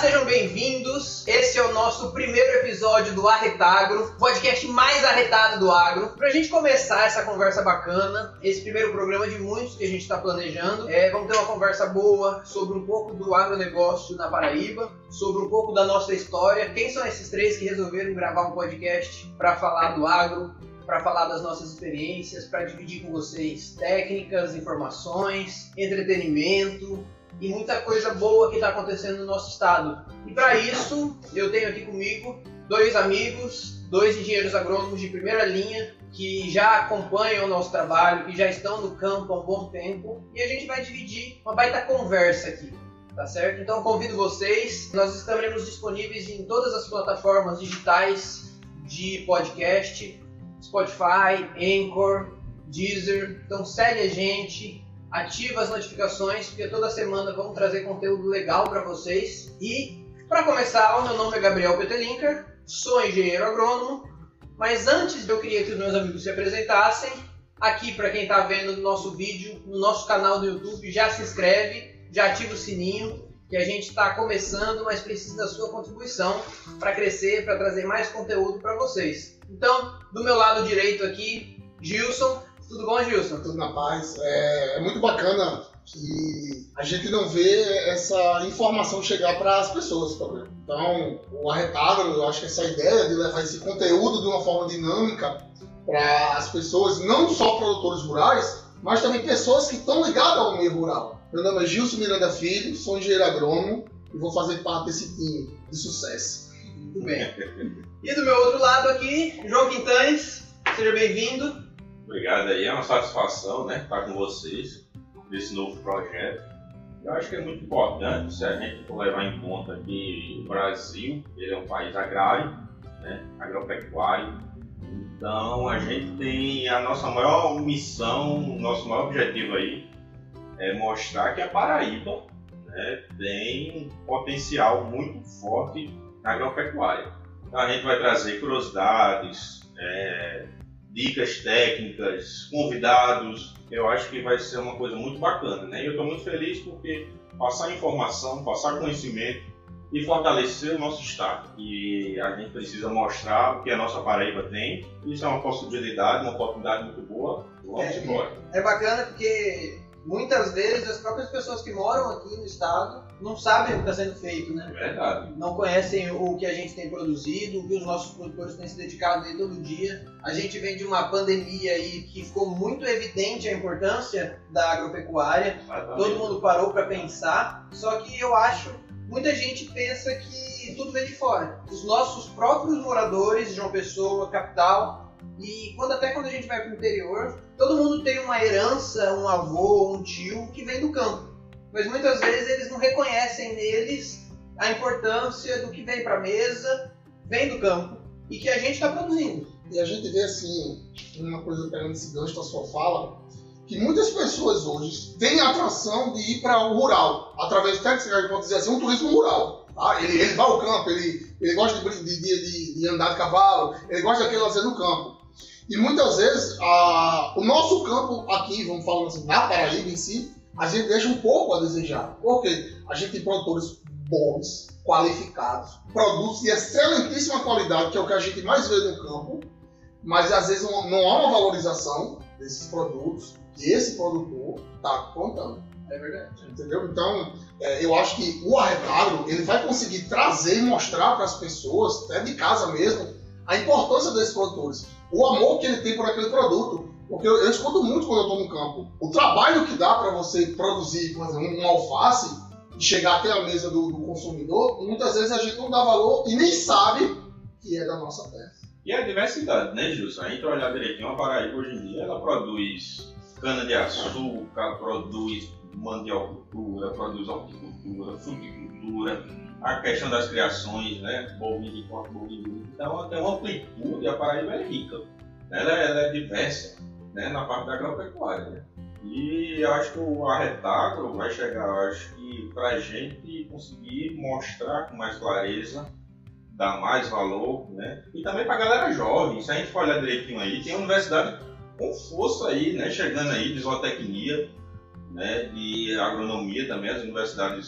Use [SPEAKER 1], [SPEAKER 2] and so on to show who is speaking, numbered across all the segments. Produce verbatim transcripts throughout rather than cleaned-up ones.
[SPEAKER 1] sejam bem-vindos. Esse é o nosso primeiro episódio do Arretagro, podcast mais arretado do agro. Pra gente começar essa conversa bacana, esse primeiro programa de muitos que a gente está planejando, é, vamos ter uma conversa boa sobre um pouco do agronegócio na Paraíba, sobre um pouco da nossa história. Quem são esses três que resolveram gravar um podcast para falar do agro, para falar das nossas experiências, para dividir com vocês técnicas, informações, entretenimento e muita coisa boa que está acontecendo no nosso estado. E para isso, eu tenho aqui comigo dois amigos, dois engenheiros agrônomos de primeira linha, que já acompanham o nosso trabalho, que já estão no campo há um bom tempo, e a gente vai dividir uma baita conversa aqui, tá certo? Então convido vocês, nós estaremos disponíveis em todas as plataformas digitais de podcast, Spotify, Anchor, Deezer, então segue a gente, ativa as notificações, porque toda semana vamos trazer conteúdo legal para vocês. E, para começar, o meu nome é Gabriel Petelincker, sou engenheiro agrônomo, mas antes eu queria que os meus amigos se apresentassem. Aqui, para quem está vendo no nosso vídeo, no nosso canal do YouTube, já se inscreve, já ativa o sininho, que a gente está começando, mas precisa da sua contribuição para crescer, para trazer mais conteúdo para vocês. Então, do meu lado direito aqui, Gilson. Tudo bom, Gilson?
[SPEAKER 2] Tudo na paz. É, é muito bacana que a gente não vê essa informação chegar para as pessoas. Então, o Arretagro, eu acho que essa ideia de levar esse conteúdo de uma forma dinâmica para as pessoas, não só produtores rurais, mas também pessoas que estão ligadas ao meio rural. Meu nome é Gilson Miranda Filho, sou engenheiro agrônomo e vou fazer parte desse time de sucesso.
[SPEAKER 1] Muito bem. E do meu outro lado aqui, João Quintanes, seja bem-vindo.
[SPEAKER 3] Obrigado aí, é uma satisfação, né, estar com vocês nesse novo projeto. Eu acho que é muito importante se a gente for levar em conta que o Brasil ele é um país agrário, né, agropecuário. Então a gente tem a nossa maior missão, o nosso maior objetivo aí é mostrar que a Paraíba, né, tem um potencial muito forte na agropecuária. Então a gente vai trazer curiosidades, é, dicas técnicas, convidados. Eu acho que vai ser uma coisa muito bacana, né? E eu estou muito feliz porque passar informação, passar conhecimento e fortalecer o nosso estado. E a gente precisa mostrar o que a nossa Paraíba tem. Isso é uma possibilidade, uma oportunidade muito boa. Vamos
[SPEAKER 1] é,
[SPEAKER 3] embora.
[SPEAKER 1] É bacana porque muitas vezes as próprias pessoas que moram aqui no estado não sabem o que está sendo feito, né?
[SPEAKER 3] É verdade.
[SPEAKER 1] Não conhecem o que a gente tem produzido, o que os nossos produtores têm se dedicado aí todo dia. A gente vem de uma pandemia aí que ficou muito evidente a importância da agropecuária.
[SPEAKER 3] Exatamente.
[SPEAKER 1] Todo mundo parou para pensar, só que eu acho, muita gente pensa que tudo vem de fora. Os nossos próprios moradores de João Pessoa, capital, e quando, até quando a gente vai para o interior, todo mundo tem uma herança, um avô, um tio que vem do campo. Mas muitas vezes eles não reconhecem neles a importância do que vem para a mesa, vem do campo e que a gente está produzindo.
[SPEAKER 2] E a gente vê assim, uma coisa pegando esse gancho da sua fala, que muitas pessoas hoje têm a atração de ir para o rural, através do que a gente pode dizer assim, um turismo rural. Tá? Ele, ele vai ao campo, ele, ele gosta de, de, de, de andar de cavalo, ele gosta daquele lazer no campo. E muitas vezes a, o nosso campo aqui, vamos falar assim, na Paraíba em si, a gente deixa um pouco a desejar. Porque a gente tem produtores bons, qualificados, produtos de excelentíssima qualidade, que é o que a gente mais vê no campo, mas às vezes não, não há uma valorização desses produtos que esse produtor está contando.
[SPEAKER 1] É verdade.
[SPEAKER 2] Entendeu? Então, é, eu acho que o Arretagro, ele vai conseguir trazer e mostrar para as pessoas, até de casa mesmo, a importância desses produtores, o amor que ele tem por aquele produto. Porque eu, eu escuto muito quando eu estou no campo. O trabalho que dá para você produzir, por exemplo, um, um alface e chegar até a mesa do, do consumidor, muitas vezes a gente não dá valor e nem sabe que é da nossa terra.
[SPEAKER 3] E a diversidade, né, Gilson? A gente olhar direitinho, a Paraíba hoje em dia, ela produz cana-de-açúcar, produz mandiocultura, produz horticultura, fruticultura, a questão das criações, né, bovino e corte bovino. Então, tem uma amplitude, a Paraíba é rica, ela, ela é diversa, né, na parte da agropecuária. Né? E eu acho que o Arretagro vai chegar, eu acho que para a gente conseguir mostrar com mais clareza, dar mais valor, né? E também para a galera jovem, se a gente for olhar direitinho aí, tem universidade com força aí, né, chegando aí, de zootecnia, né, de agronomia também, as universidades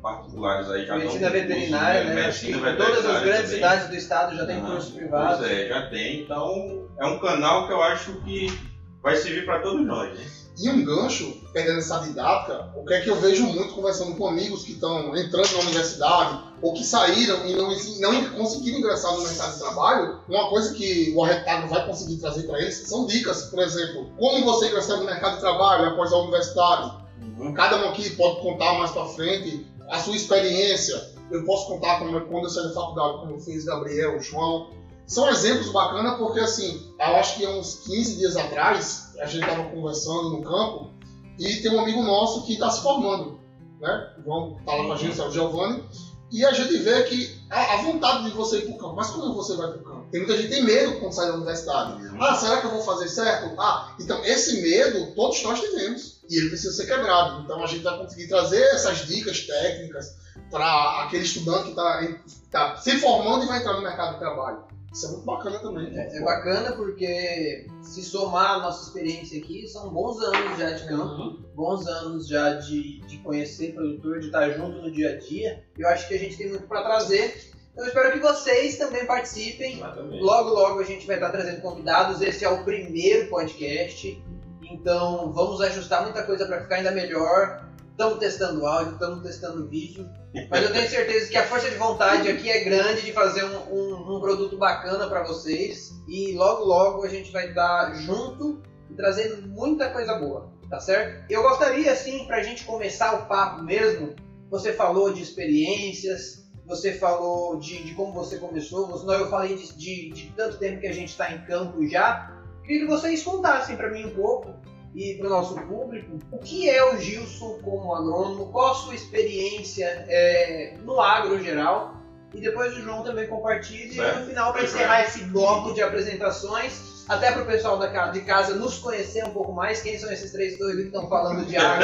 [SPEAKER 3] particulares aí já
[SPEAKER 1] medicina
[SPEAKER 3] dão
[SPEAKER 1] veterinária,
[SPEAKER 3] curso,
[SPEAKER 1] né?
[SPEAKER 3] Medicina
[SPEAKER 1] Em
[SPEAKER 3] veterinária
[SPEAKER 1] todas as grandes
[SPEAKER 3] também.
[SPEAKER 1] cidades do estado já tem
[SPEAKER 3] Ah,
[SPEAKER 1] curso privado.
[SPEAKER 3] Pois é, já tem. Então, é um canal que eu acho que vai servir para todos nós, né?
[SPEAKER 2] E um gancho, pegando essa didática, o que é que eu vejo muito conversando com amigos que estão entrando na universidade ou que saíram e não, não conseguiram ingressar no mercado de trabalho, uma coisa que o Arretagro vai conseguir trazer para eles são dicas. Por exemplo, como você ingressar no mercado de trabalho após a universidade.
[SPEAKER 3] Uhum.
[SPEAKER 2] Cada um aqui pode contar mais para frente a sua experiência. Eu posso contar como, quando eu saí da faculdade, como fez Gabriel, João. São exemplos bacanas porque, assim, eu acho que há uns quinze dias atrás, a gente estava conversando no campo e tem um amigo nosso que está se formando, né? O João está lá com a gente, é o Giovanni, e a gente vê que a, a vontade de você ir para o campo, mas como você vai para o campo? Tem muita gente que tem medo quando sai da universidade. Ah, será que eu vou fazer certo? Ah, então esse medo todos nós tivemos e ele precisa ser quebrado. Então a gente vai conseguir trazer essas dicas técnicas para aquele estudante que está tá se formando e vai entrar no mercado de trabalho. Isso é muito bacana também.
[SPEAKER 1] É, é bacana porque, se somar a nossa experiência aqui, são bons anos já de campo, uhum. bons anos já de, de conhecer produtor, de estar junto no dia a dia. Eu acho que a gente tem muito para trazer. Então, eu espero que vocês também participem. Exatamente. Logo, logo a gente vai estar trazendo convidados. Esse é o primeiro podcast. Então, vamos ajustar muita coisa para ficar ainda melhor. Estamos testando áudio, estamos testando vídeo, mas eu tenho certeza que a força de vontade aqui é grande de fazer um, um, um produto bacana para vocês e logo logo a gente vai estar junto e trazendo muita coisa boa, tá certo? Eu gostaria, assim, para a gente começar o papo mesmo, você falou de experiências, você falou de, de como você começou, você, eu falei de, de, de tanto tempo que a gente está em campo já, queria que vocês contassem para mim um pouco e para o nosso público, o que é o Gilson como agrônomo, qual a sua experiência é, no agro geral, e depois o João também compartilha, e no final, para encerrar esse bloco de apresentações, até para o pessoal da, de casa nos conhecer um pouco mais, quem são esses três doidos que estão falando de agro,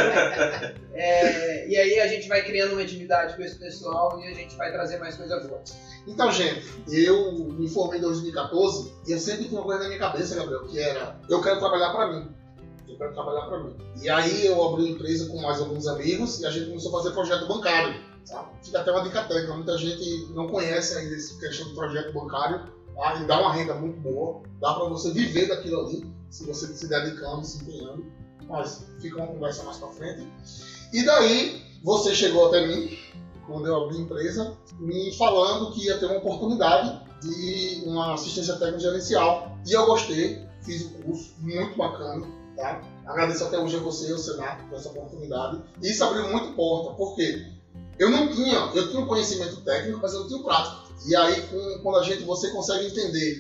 [SPEAKER 1] é, e aí a gente vai criando uma intimidade com esse pessoal e a gente vai trazer mais coisa boa.
[SPEAKER 2] Então, gente, eu me formei em dois mil e quatorze e eu sempre tinha uma coisa na minha cabeça, Gabriel, que era, eu quero trabalhar para mim. Eu quero trabalhar para mim. E aí eu abri uma empresa com mais alguns amigos e a gente começou a fazer projeto bancário. Sabe? Fica até uma dica técnica, muita gente não conhece ainda essa questão do projeto bancário, tá? E dá uma renda muito boa, dá para você viver daquilo ali, se você se dedicando, se empenhando. Mas fica uma conversa mais para frente. E daí você chegou até mim, quando eu abri a empresa, me falando que ia ter uma oportunidade de uma assistência técnica gerencial. E eu gostei, fiz o curso, muito bacana. Tá? Agradeço até hoje a você e ao Senato por essa oportunidade. E isso abriu muito porta, porque eu não tinha, eu tinha um conhecimento técnico, mas eu não tinha prático. E aí, com, quando a gente, você consegue entender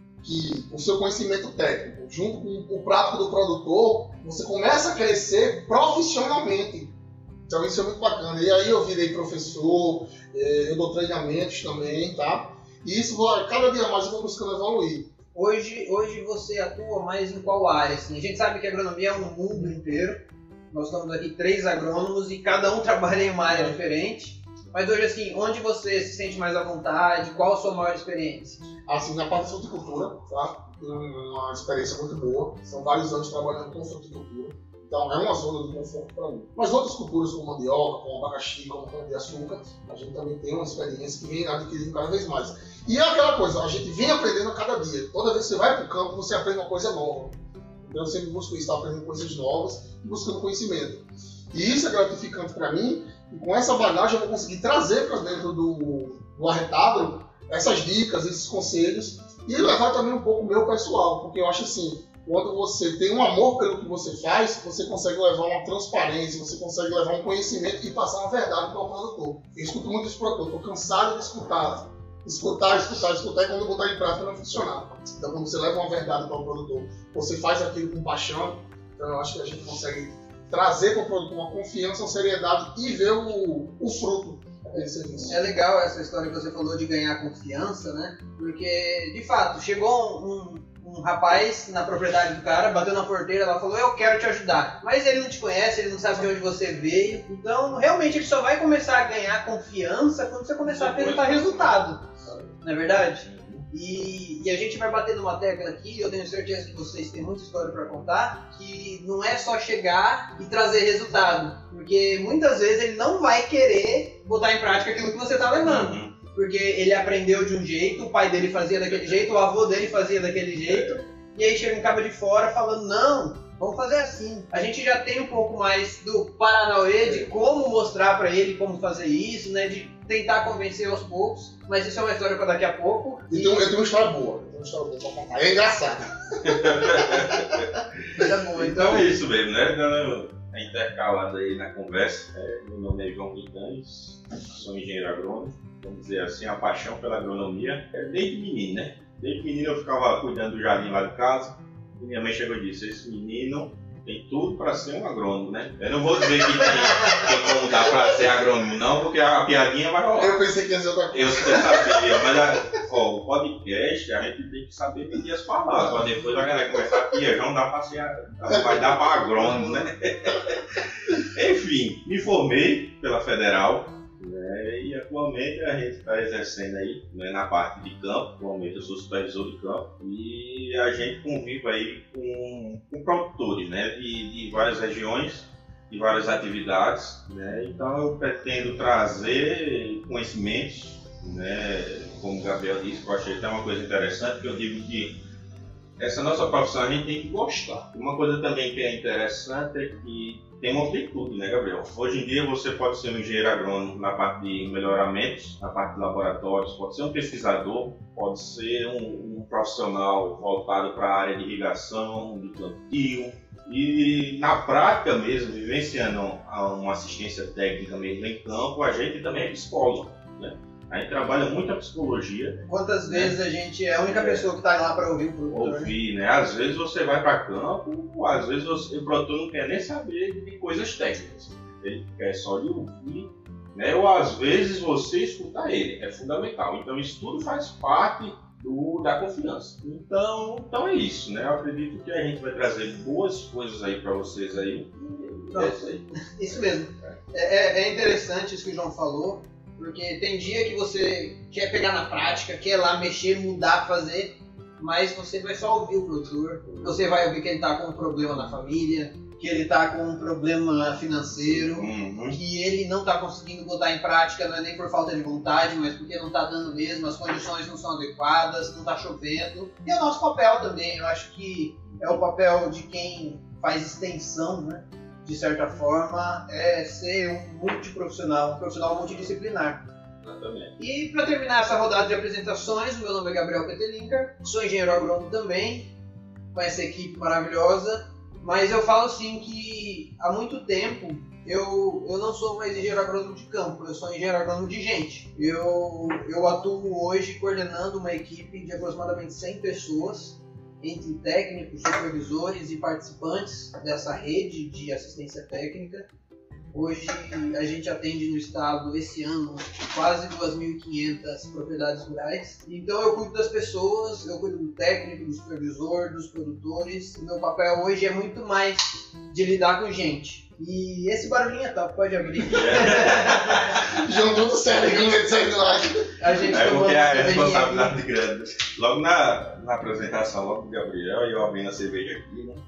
[SPEAKER 2] que o seu conhecimento técnico, junto com o prático do produtor, você começa a crescer profissionalmente. Então isso é muito bacana. E aí eu virei professor, eu dou treinamentos também, tá? E isso, cada dia mais eu vou buscando evoluir.
[SPEAKER 1] Hoje, hoje você atua mais em qual área? Assim? A gente sabe que a agronomia é um mundo inteiro. Nós estamos aqui três agrônomos e cada um trabalha em uma área diferente. Mas hoje, assim, onde você se sente mais à vontade? Qual a sua maior experiência?
[SPEAKER 2] Assim, na parte de fruticultura, tá? Tenho uma experiência muito boa. São vários anos trabalhando com fruticultura. Então, é uma zona de conforto para mim. Mas outras culturas, como mandioca, como abacaxi, como cana-de-açúcar, a gente também tem uma experiência que vem adquirindo cada vez mais. E é aquela coisa, a gente vem aprendendo a cada dia. Toda vez que você vai para o campo, você aprende uma coisa nova. Então, eu sempre busco isso, estar aprendendo coisas novas e buscando conhecimento. E isso é gratificante para mim. E com essa bagagem, eu vou conseguir trazer para dentro do, do Arretagro essas dicas, esses conselhos e levar também um pouco o meu pessoal. Porque eu acho assim, quando você tem um amor pelo que você faz, você consegue levar uma transparência, você consegue levar um conhecimento e passar uma verdade para o produtor. Eu escuto muito isso para o produtor, estou cansado de escutar. Escutar, escutar, escutar e quando botar em prática não funcionar. Então, quando você leva uma verdade para o produtor, você faz aquilo com paixão, então eu acho que a gente consegue trazer para o produtor uma confiança, uma seriedade e ver o, o fruto desse serviço.
[SPEAKER 1] É legal essa história que você falou de ganhar confiança, né? Porque, de fato, chegou um, um rapaz na propriedade do cara, bateu na porteira, ela falou, eu quero te ajudar. Mas ele não te conhece, ele não sabe de onde você veio. Então, realmente, ele só vai começar a ganhar confiança quando você começar a apresentar resultado. Não é verdade? E, e a gente vai bater numa tecla aqui, eu tenho certeza que vocês têm muita história para contar, que não é só chegar e trazer resultado, porque muitas vezes ele não vai querer botar em prática aquilo que você está levando. Uhum. Porque ele aprendeu de um jeito, o pai dele fazia daquele jeito, o avô dele fazia daquele jeito, e aí chega um cabo de fora falando, não, vamos fazer assim. A gente já tem um pouco mais do Paranauê, de como mostrar para ele como fazer isso, né, de tentar convencer aos poucos, mas isso é uma história para daqui a pouco.
[SPEAKER 2] E... Então, eu tenho uma história boa, eu tenho uma história boa pra contar, é engraçado.
[SPEAKER 1] Tá bom, então...
[SPEAKER 3] então é isso mesmo, né, dando a intercalada aí na conversa. É, meu nome é João Guidanes, sou engenheiro agrônomo, vamos dizer assim, a paixão pela agronomia é desde menino, né? Desde menino eu ficava cuidando do jardim lá de casa, e minha mãe chegou e disse, esse menino tem tudo para ser um agrônomo, né? Eu não vou dizer que tem, tem como dar para ser agrônomo não, porque a piadinha vai rolar.
[SPEAKER 2] Eu pensei que ia ser outra coisa.
[SPEAKER 3] Eu sabia, mas a, ó, o podcast a gente tem que saber pedir as palavras, para depois a galera conversar aqui, já não dá para ser, vai dar para agrônomo, né? Enfim, me formei pela Federal, né, e atualmente a gente está exercendo aí, né, na parte de campo. Atualmente eu sou supervisor de campo e a gente convive aí com, com produtores, né, de, de várias regiões, de várias atividades, né, então eu pretendo trazer conhecimentos, né, como o Gabriel disse, que eu achei até uma coisa interessante, que eu digo que essa nossa profissão a gente tem que gostar. Uma coisa também que é interessante é que tem uma amplitude, né, Gabriel? Hoje em dia você pode ser um engenheiro agrônomo na parte de melhoramentos, na parte de laboratórios, pode ser um pesquisador, pode ser um, um profissional voltado para a área de irrigação, de plantio. E na prática mesmo, vivenciando uma assistência técnica mesmo em campo, a gente também é psicólogo, né? A gente trabalha muito a psicologia.
[SPEAKER 1] Quantas vezes né? a gente é a única pessoa que está lá para ouvir o produtor?
[SPEAKER 3] Ouvir, né? Às vezes você vai para campo, às vezes você, o produtor não quer nem saber de coisas técnicas. Ele quer só de ouvir, né? Ou às vezes você escutar ele, é fundamental. Então isso tudo faz parte do, da confiança. Então, então é isso, né? Eu acredito que a gente vai trazer boas coisas aí para vocês aí.
[SPEAKER 1] Não, é isso aí. Isso mesmo. É, é interessante isso que o João falou. Porque tem dia que você quer pegar na prática, quer lá mexer, mudar, fazer, mas você vai só ouvir o produtor, você vai ouvir que ele está com um problema na família, que ele está com um problema financeiro, uhum. que ele não está conseguindo botar em prática, não é nem por falta de vontade, mas porque não está dando mesmo, as condições não são adequadas, não está chovendo. E é o nosso papel também, eu acho que é o papel de quem faz extensão, né? De certa forma, é ser um multiprofissional, um profissional multidisciplinar.
[SPEAKER 3] Exatamente.
[SPEAKER 1] E para terminar essa rodada de apresentações, o meu nome é Gabriel Petelinka, sou engenheiro agrônomo também, com essa equipe maravilhosa, mas eu falo assim que há muito tempo eu, eu não sou mais engenheiro agrônomo de campo, eu sou engenheiro agrônomo de gente. Eu, eu atuo hoje coordenando uma equipe de aproximadamente cem pessoas, entre técnicos, supervisores e participantes dessa rede de assistência técnica. Hoje a gente atende no estado, esse ano, quase duas mil e quinhentas propriedades rurais. Então eu cuido das pessoas, eu cuido do técnico, do supervisor, dos produtores. O meu papel hoje é muito mais de lidar com gente. E esse barulhinho é top, pode abrir.
[SPEAKER 2] João, tudo certo, sai do lado.
[SPEAKER 1] A gente
[SPEAKER 3] é porque é a responsabilidade grande. Logo na, na apresentação, logo do Gabriel, e eu abrindo a cerveja aqui, né?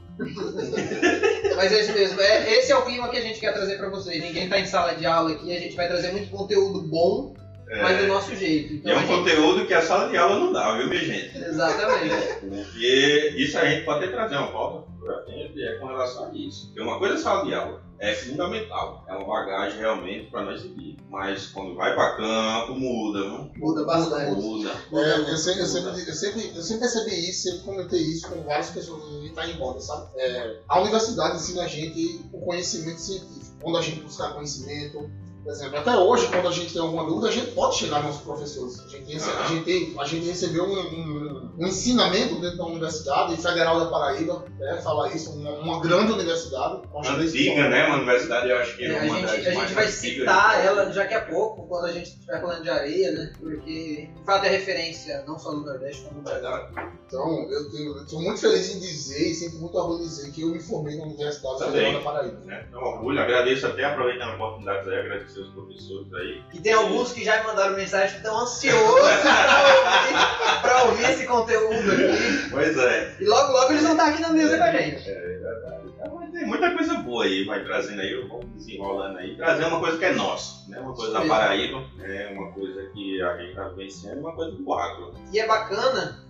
[SPEAKER 1] Mas é isso mesmo, é, esse é o clima que a gente quer trazer pra vocês. Ninguém tá em sala de aula aqui, a gente vai trazer muito conteúdo bom, é, mas do nosso jeito. Então,
[SPEAKER 3] e é um
[SPEAKER 1] gente...
[SPEAKER 3] conteúdo que a sala de aula não dá, viu, minha gente?
[SPEAKER 1] Exatamente.
[SPEAKER 3] E isso a gente pode até trazer uma pauta pra gente, é com relação a isso. Porque uma coisa é sala de aula, é fundamental, é uma bagagem realmente para nós seguir. Mas quando vai para campo, muda, não?
[SPEAKER 1] Muda bastante.
[SPEAKER 3] Muda.
[SPEAKER 2] É, eu, sempre, eu, sempre, eu, sempre, eu sempre percebi isso, sempre comentei isso com várias pessoas que estão em moda, sabe? É, a universidade ensina a gente o conhecimento científico. Quando a gente buscar conhecimento, por exemplo, até hoje, quando a gente tem alguma dúvida, a gente pode chegar nos professores. A gente, a gente, a gente recebeu um, um, um ensinamento dentro da Universidade Federal da Paraíba, né, fala isso, uma, uma grande universidade.
[SPEAKER 3] Antiga, né? Uma universidade, eu acho que é,
[SPEAKER 1] é
[SPEAKER 3] uma
[SPEAKER 1] a
[SPEAKER 3] das
[SPEAKER 1] gente, a gente vai citar ela daqui a pouco, quando a gente estiver falando de areia, né? Porque, de fato, é referência não só no Nordeste, como no Brasil.
[SPEAKER 2] Então, eu estou muito feliz em dizer e sinto muito orgulho em dizer que eu me formei na Universidade Federal da Paraíba.
[SPEAKER 3] É um orgulho, agradeço até, aproveitando a oportunidade, agradeço agradecer os professores aí.
[SPEAKER 1] E tem alguns que já me mandaram mensagem que estão ansiosos para ouvir, ouvir esse conteúdo aqui.
[SPEAKER 3] Pois é.
[SPEAKER 1] E logo, logo eles vão estar aqui na mesa com a gente.
[SPEAKER 3] É verdade. Então, tem muita coisa boa aí, vai trazendo aí, vamos desenrolando aí, trazer uma coisa que é nossa, né? Uma coisa da Paraíba, é uma coisa que a gente está vivenciando, uma coisa do agro.
[SPEAKER 1] E é bacana,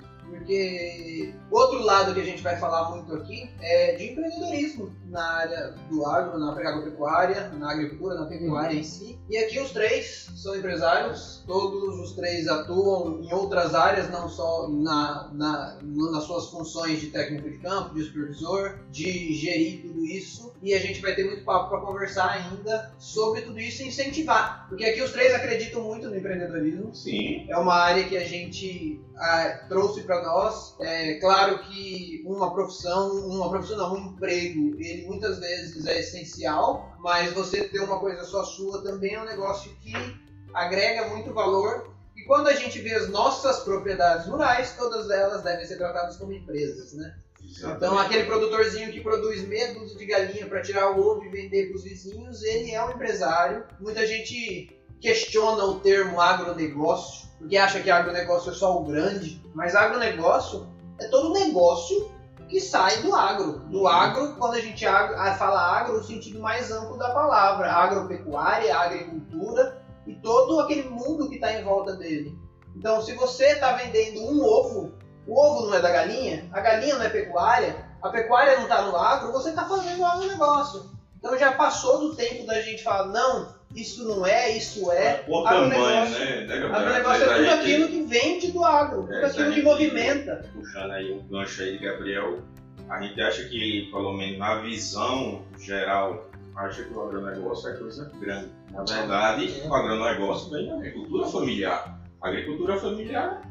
[SPEAKER 1] porque outro lado que a gente vai falar muito aqui é de empreendedorismo na área do agro, na agropecuária, na agricultura, na pecuária em si. E aqui os três são empresários, todos os três atuam em outras áreas, não só na, na, nas suas funções de técnico de campo, de supervisor, de gerir tudo isso. E a gente vai ter muito papo para conversar ainda sobre tudo isso e incentivar. Porque aqui os três acreditam muito no empreendedorismo.
[SPEAKER 3] Sim.
[SPEAKER 1] É uma área que a gente ah, trouxe para nós. É claro que uma profissão, uma profissão não, um emprego, ele muitas vezes é essencial, mas você ter uma coisa só sua também é um negócio que agrega muito valor. E quando a gente vê as nossas propriedades rurais, todas elas devem ser tratadas como empresas, né? Exatamente. Então aquele produtorzinho que produz meia dúzia de galinha para tirar o ovo e vender para os vizinhos, ele é um empresário. Muita gente questiona o termo agronegócio, porque acha que agronegócio é só o grande, mas agronegócio é todo negócio que sai do agro. Do agro, quando a gente fala agro, no sentido mais amplo da palavra, agropecuária, agricultura e todo aquele mundo que está em volta dele. Então, se você está vendendo um ovo, o ovo não é da galinha, a galinha não é pecuária, a pecuária não está no agro, você está fazendo agronegócio. Então já passou do tempo da gente falar, não, isso não é, isso é.
[SPEAKER 3] O tamanho, né?
[SPEAKER 1] Agronegócio é tudo aquilo que vende do agro, tudo aquilo que movimenta.
[SPEAKER 3] Puxando aí um gancho aí de Gabriel, a gente acha que, pelo menos na visão geral, acha que o agronegócio é coisa grande. Na verdade, o agronegócio vem da agricultura familiar. A agricultura familiar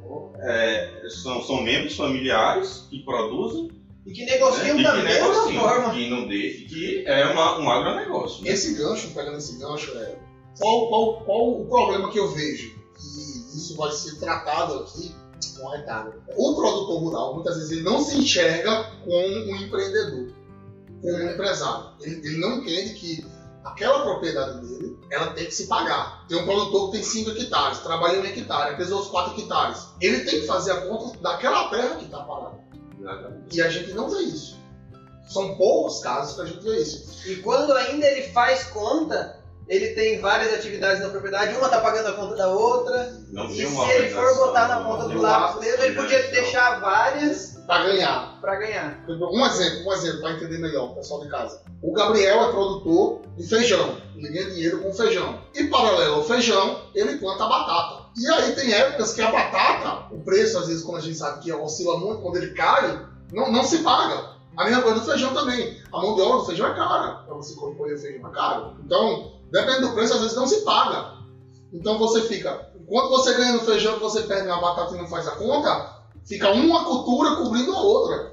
[SPEAKER 3] é, são, são membros familiares que produzem
[SPEAKER 1] e que negociam
[SPEAKER 3] né?
[SPEAKER 1] da
[SPEAKER 3] que
[SPEAKER 1] mesma
[SPEAKER 3] negociam,
[SPEAKER 1] forma.
[SPEAKER 3] Que não deixe, que é uma, um agronegócio. Né?
[SPEAKER 2] Esse gancho, pegando esse gancho, é, qual, qual, qual o problema que eu vejo? Que isso vai ser tratado aqui com a retardo. O produtor rural, muitas vezes, ele não se enxerga como um empreendedor, como um empresário. Ele, ele não entende que aquela propriedade dele, ela tem que se pagar. Tem um produtor que tem cinco hectares, trabalha em hectare, aqueles outros quatro hectares. Ele tem que fazer a conta daquela terra que está parada.
[SPEAKER 3] Exatamente.
[SPEAKER 2] E a gente não vê isso. São poucos casos que a gente vê isso.
[SPEAKER 1] E quando ainda ele faz conta, ele tem várias atividades na propriedade, uma está pagando a conta da outra.
[SPEAKER 3] Não
[SPEAKER 1] e
[SPEAKER 3] tem
[SPEAKER 1] se
[SPEAKER 3] uma
[SPEAKER 1] ele for botar na
[SPEAKER 3] não,
[SPEAKER 1] ponta
[SPEAKER 3] não,
[SPEAKER 1] do lápis
[SPEAKER 3] não,
[SPEAKER 1] mesmo, ele podia
[SPEAKER 3] não.
[SPEAKER 1] deixar várias
[SPEAKER 2] Para ganhar.
[SPEAKER 1] para ganhar.
[SPEAKER 2] Um exemplo, um exemplo para entender melhor, o pessoal de casa. O Gabriel é produtor de feijão. Ele ganha dinheiro com feijão. E paralelo ao feijão, ele planta batata. E aí tem épocas que a batata, o preço, às vezes, quando a gente sabe que oscila muito, quando ele cai, não, não se paga. A mesma coisa do feijão também. A mão de obra do feijão é cara. Para você colher o feijão é caro. Então, dependendo do preço, às vezes não se paga. Então você fica... Enquanto você ganha no feijão, você perde na batata e não faz a conta, fica uma cultura cobrindo a outra.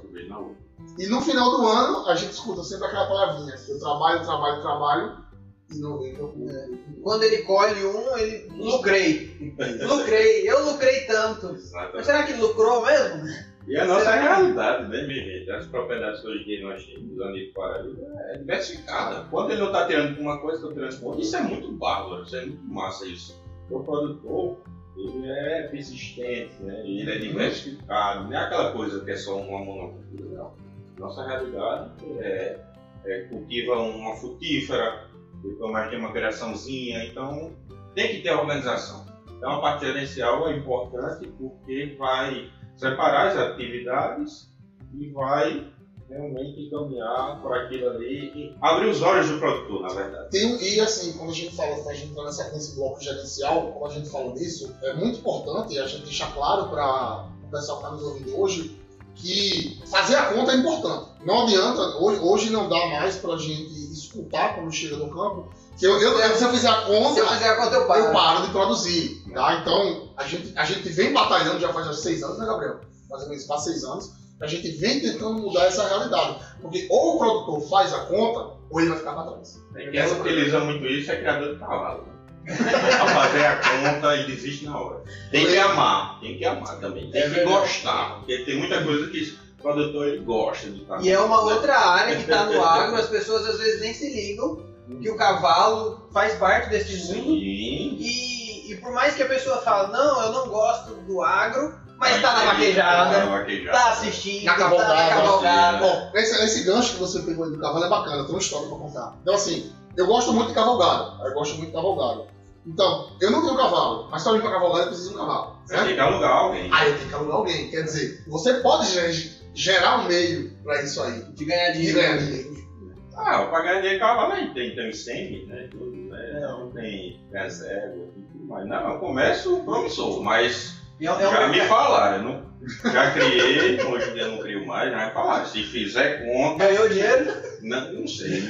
[SPEAKER 2] E no final do ano, a gente escuta sempre aquela palavrinha. Eu trabalho, trabalho, trabalho e não vejo.
[SPEAKER 1] Quando ele colhe um, ele lucrei. Lucrei, eu lucrei tanto.
[SPEAKER 3] Exatamente.
[SPEAKER 1] Mas será que lucrou mesmo?
[SPEAKER 3] E a nossa
[SPEAKER 1] Será?
[SPEAKER 3] realidade, né, minha gente? As propriedades que hoje em dia nós temos, usando de Paraíba, é diversificada. Quando ele não está tirando uma coisa, está tirando outra. Isso é muito bárbaro, isso é muito massa isso. O produtor, ele é persistente, né? Ele é diversificado. Não é aquela coisa que é só uma monocultura, não. Nossa realidade é, é cultiva uma frutífera, depois mais tem uma criaçãozinha, então tem que ter organização. Então a parte gerencial é importante porque vai separar as atividades e vai realmente encaminhar por aquilo ali e abrir os olhos do produtor, na verdade.
[SPEAKER 2] Tem, e assim, quando a gente fala, a gente está nessa, nesse bloco gerencial, quando a gente fala disso, é muito importante a gente deixar claro para o pessoal que está nos ouvindo hoje que fazer a conta é importante. Não adianta, hoje, hoje não dá mais para a gente escutar quando chega no campo, que eu, eu, se eu fizer a conta,
[SPEAKER 1] Se eu fizer a conta, eu paro.
[SPEAKER 2] eu paro de produzir. Tá? Então, a gente, a gente vem batalhando já faz seis anos, né, Gabriel? Mais ou menos faz seis anos. A gente vem tentando mudar essa realidade. Porque ou o produtor faz a conta, ou ele vai ficar para trás.
[SPEAKER 3] Quem utiliza muito isso é criador de cavalo. Pra fazer a conta e desiste na hora. Tem que amar, tem que amar também. Tem
[SPEAKER 2] É
[SPEAKER 3] que gostar. Porque tem muita coisa que o produtor ele gosta de fazer.
[SPEAKER 1] E é uma outra área que está no agro, as pessoas às vezes nem se ligam, que o cavalo faz parte desse
[SPEAKER 3] Sim.
[SPEAKER 1] mundo. E, e por mais que a pessoa fale, não, eu não gosto do agro, mas tá na vaquejada,
[SPEAKER 3] Tá na vaquejada.
[SPEAKER 1] tá assistindo,
[SPEAKER 2] Na
[SPEAKER 1] tá na
[SPEAKER 2] cavalgada.
[SPEAKER 1] cavalgada.
[SPEAKER 2] Bom, esse, esse gancho que você pegou aí do cavalo é bacana, tem uma história pra contar. Então assim, eu gosto muito de cavalgada, eu gosto muito de cavalgada. Então, eu não tenho cavalo, mas pra mim pra cavalgada eu preciso de um cavalo,
[SPEAKER 3] Você
[SPEAKER 2] certo?
[SPEAKER 3] tem que alugar alguém.
[SPEAKER 2] Aí eu tenho que alugar alguém, quer dizer, você pode ge- gerar um meio pra isso aí,
[SPEAKER 1] De ganhar
[SPEAKER 2] de
[SPEAKER 1] dinheiro.
[SPEAKER 2] ganhar dinheiro.
[SPEAKER 3] Ah, o pagar dinheiro cavalo aí tem, tem S T E M, né? Tudo, né? Não tem reserva e tudo mais. Não, é um comércio promissor, mas
[SPEAKER 1] É, é um
[SPEAKER 3] já me
[SPEAKER 1] mercado.
[SPEAKER 3] falaram, eu não, já criei, hoje em dia não crio mais, já me falaram, se fizer conta,
[SPEAKER 1] Ganhou dinheiro.
[SPEAKER 3] não, não sei.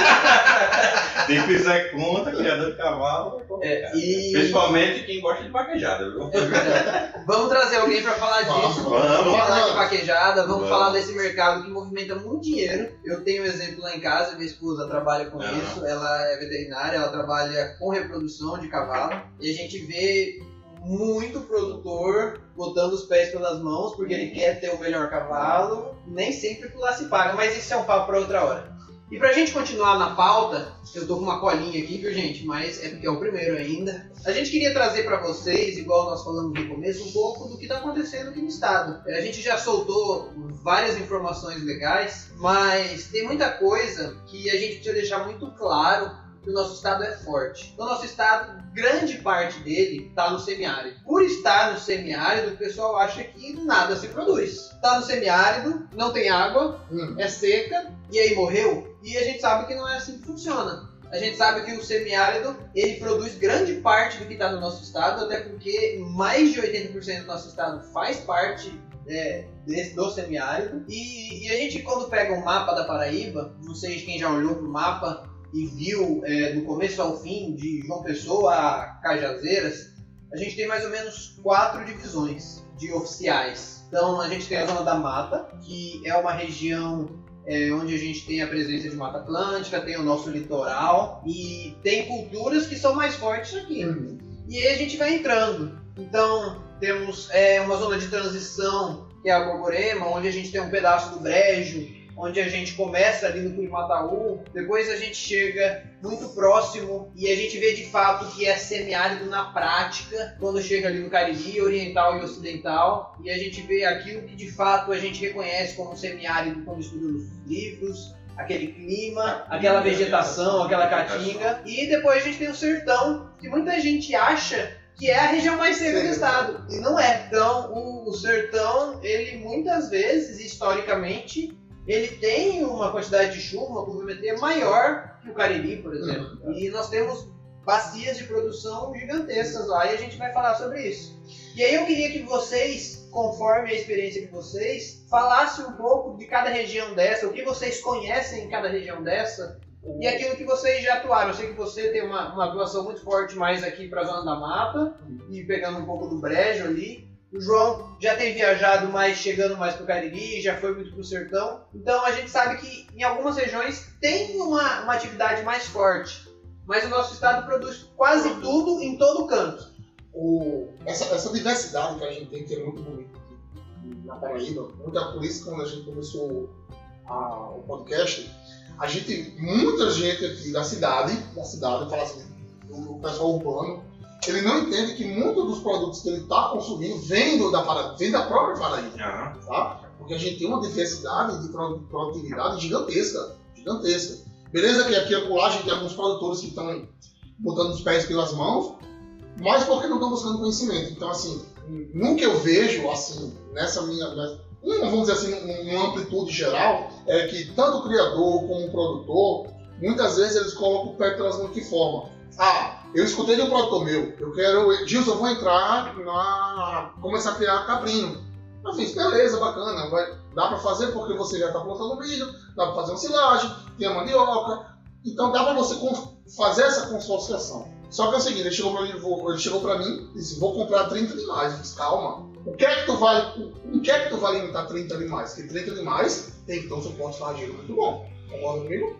[SPEAKER 3] Se fizer conta, criador de cavalo, vai colocar.
[SPEAKER 1] É, e-
[SPEAKER 3] Principalmente quem gosta de vaquejada, viu?
[SPEAKER 1] É verdade. Vamos trazer alguém pra falar
[SPEAKER 2] Vamos,
[SPEAKER 1] disso.
[SPEAKER 3] vamos.
[SPEAKER 1] Vamos falar de vaquejada, vamos
[SPEAKER 3] Vamos.
[SPEAKER 1] falar desse mercado que movimenta muito dinheiro. Eu tenho um exemplo lá em casa, minha esposa trabalha com
[SPEAKER 3] Aham.
[SPEAKER 1] isso, ela é veterinária, ela trabalha com reprodução de cavalo e a gente vê muito produtor botando os pés pelas mãos porque ele quer ter o melhor cavalo, nem sempre por lá se paga, mas isso é um papo para outra hora. E pra gente continuar na pauta, eu tô com uma colinha aqui, viu gente, mas é porque é o primeiro ainda. A gente queria trazer pra vocês, igual nós falamos no começo, um pouco do que tá acontecendo aqui no estado. A gente já soltou várias informações legais, mas tem muita coisa que a gente precisa deixar muito claro que o nosso estado é forte. O nosso estado, grande parte dele, está no semiárido. Por estar no semiárido, o pessoal acha que nada se produz. Está no semiárido, não tem água,
[SPEAKER 2] Hum.
[SPEAKER 1] é seca, e aí morreu. E a gente sabe que não é assim que funciona. A gente sabe que o semiárido, ele produz grande parte do que está no nosso estado, até porque mais de oitenta por cento do nosso estado faz parte é, desse, do semiárido. E, e a gente, quando pega um mapa da Paraíba, não sei quem já olhou para o mapa, e viu é, do começo ao fim, de João Pessoa a Cajazeiras, a gente tem mais ou menos quatro divisões de oficiais. Então a gente tem a Zona da Mata, que é uma região é, onde a gente tem a presença de Mata Atlântica, tem o nosso litoral e tem culturas que são mais fortes aqui.
[SPEAKER 2] Uhum.
[SPEAKER 1] E aí a gente vai entrando. Então temos é, uma zona de transição, que é a Borborema, onde a gente tem um pedaço do Brejo, onde a gente começa ali no Curimataú, depois a gente chega muito próximo e a gente vê de fato que é semiárido na prática, quando chega ali no Cariri, oriental e ocidental, e a gente vê aquilo que de fato a gente reconhece como semiárido quando estuda nos livros, aquele clima, aquela vegetação, aquela caatinga, e depois a gente tem o sertão, que muita gente acha que é a região mais seca do estado, e não é. Então, o, o sertão, ele muitas vezes, historicamente, ele tem uma quantidade de chuva, uma pluviometria maior que o Cariri, por exemplo.
[SPEAKER 2] Uhum.
[SPEAKER 1] E nós temos bacias de produção gigantescas lá, e a gente vai falar sobre isso. E aí eu queria que vocês, conforme a experiência de vocês, falassem um pouco de cada região dessa, o que vocês conhecem em cada região dessa, e aquilo que vocês já atuaram. Eu sei que você tem uma, uma atuação muito forte mais aqui para a Zona da Mata, e pegando um pouco do Brejo ali. O João já tem viajado mais, chegando mais pro Cariri, já foi muito pro sertão. Então a gente sabe que em algumas regiões tem uma, uma atividade mais forte. Mas o nosso estado produz quase tudo em todo canto.
[SPEAKER 2] O, essa, essa diversidade que a gente tem, que é muito bonita aqui na Paraíba, muito é por isso que quando a gente começou a, o podcast, a gente, muita gente aqui da cidade, da cidade, fala assim, o, o pessoal urbano, ele não entende que muitos dos produtos que ele está consumindo vêm do, da, Paraíba, vêm da própria Paraíba,
[SPEAKER 3] Aham.
[SPEAKER 2] tá? Porque a gente tem uma diversidade de produtividade gigantesca, gigantesca. Beleza que aqui e acolá a gente tem alguns produtores que estão botando os pés pelas mãos, mas porque não estão buscando conhecimento. Então, assim, nunca eu vejo, assim, nessa minha, nessa, vamos dizer assim, numa amplitude geral, é que tanto o criador como o produtor, muitas vezes eles colocam o pé pelas mãos. De que forma? Ah, eu escutei de um produtor meu, eu quero, Gilson, eu vou entrar na, começar a criar caprino. Eu fiz, beleza, bacana, vai, dá pra fazer porque você já tá plantando milho, dá pra fazer uma silagem, tem a mandioca, então dá pra você fazer essa consorciação. Só que é o seguinte, ele chegou pra mim, ele chegou pra mim e disse, vou comprar trinta animais. Eu disse, calma, o que é que tu vai, o que é que tu vai limitar trinta animais? Porque trinta animais tem que ter um suporte farrageiro muito bom, concorda comigo?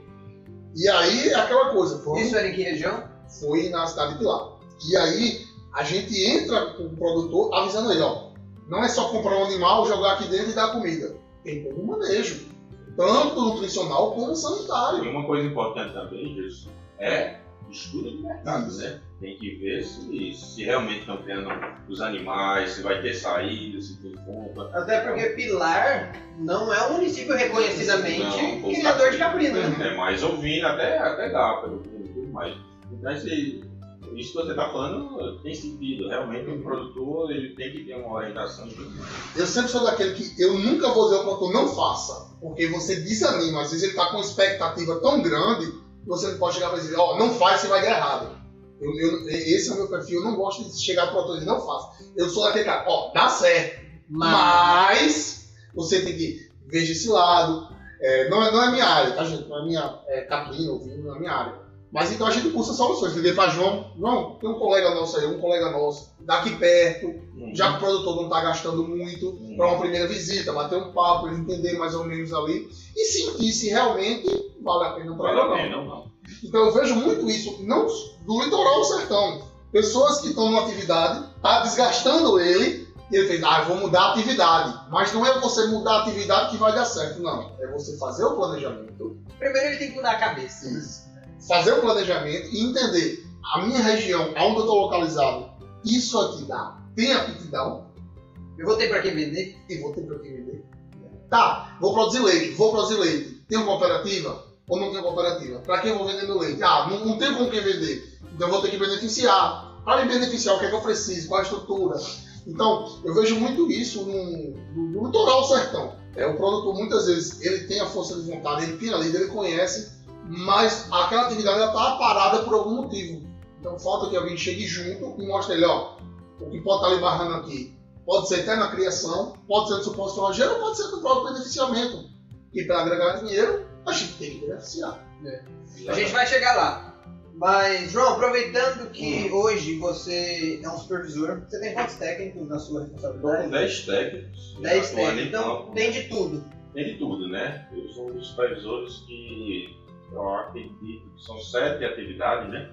[SPEAKER 2] E aí, aquela coisa, vamos...
[SPEAKER 1] Isso era em que região?
[SPEAKER 2] Foi na cidade de Pilar. E aí, a gente entra com o produtor avisando ele, ó, não é só comprar um animal, jogar aqui dentro e dar comida. Tem todo um manejo, tanto nutricional como
[SPEAKER 3] E
[SPEAKER 2] sanitário.
[SPEAKER 3] uma coisa importante também, Gilson, é estudo de mercado, né? Tem que ver se, se realmente estão criando os animais, se vai ter saída, se tem compra.
[SPEAKER 1] Até porque Pilar não é um município reconhecidamente
[SPEAKER 3] Não,
[SPEAKER 1] criador de caprino, né?
[SPEAKER 3] É mais ovino, até, até dá, pelo tudo mais. Então, esse, isso que você está falando tem sentido. Realmente, o produtor ele tem que ter uma orientação.
[SPEAKER 2] Eu sempre sou daquele que eu nunca vou dizer ao produtor não faça, porque você desanima. Às vezes ele está com uma expectativa tão grande que você não pode chegar para dizer, ó, oh, não faz, você vai dar errado. Eu, eu, esse é o meu perfil, eu não gosto de chegar para o produtor e dizer, não faça. Eu sou daquele cara, ó, oh, dá certo, mas você tem que ver esse lado. É, não, é, não é minha área, tá, gente? Não é minha é, caprino, ouvindo, não é minha área. Mas então a gente busca soluções. Liguei para João, João, tem um colega nosso aí, um colega nosso, daqui perto, uhum. já que o produtor não está gastando muito, uhum. para uma primeira visita, bater um papo, ele entender mais ou menos ali e sentir se realmente vale a pena para ele
[SPEAKER 3] ou não. não.
[SPEAKER 2] Então eu vejo muito isso, não do litoral ao sertão. Pessoas que estão numa atividade, tá desgastando ele, e ele fez, ah, eu vou mudar a atividade. Mas não é você mudar a atividade que vai dar certo, não. É você fazer o planejamento.
[SPEAKER 1] Primeiro ele tem que mudar a cabeça.
[SPEAKER 2] Isso. Fazer o planejamento e entender a minha região, onde eu estou localizado, isso aqui dá, tem aptidão.
[SPEAKER 1] Eu vou ter para quem vender?
[SPEAKER 2] E vou ter para quem vender. Tá, vou produzir leite, vou produzir leite. Tem uma cooperativa ou não tem cooperativa? Para quem eu vou vender meu leite? Ah, não, não tem com quem vender. Então eu vou ter que beneficiar. Para me beneficiar, o que é que eu preciso? Qual a estrutura? Então, eu vejo muito isso no, no, no litoral sertão. É, o produtor, muitas vezes, ele tem a força de vontade, ele tem a lida, ele conhece, mas aquela atividade está parada por algum motivo. Então falta que alguém chegue junto e mostre ele, ó, o que pode estar ali barrando aqui. Pode ser até na criação, pode ser no suposto forrageiro, ou pode ser no próprio beneficiamento. E para agregar dinheiro, a gente tem que beneficiar.
[SPEAKER 1] É. A gente vai chegar lá. Mas, João, aproveitando que hum. hoje você é um supervisor, você tem quantos técnicos na sua responsabilidade?
[SPEAKER 3] Estou com dez técnicos.
[SPEAKER 1] dez técnicos, então tem de tudo.
[SPEAKER 3] Tem de tudo, né? Eu sou um dos supervisores que eu acredito que são sete atividades, né?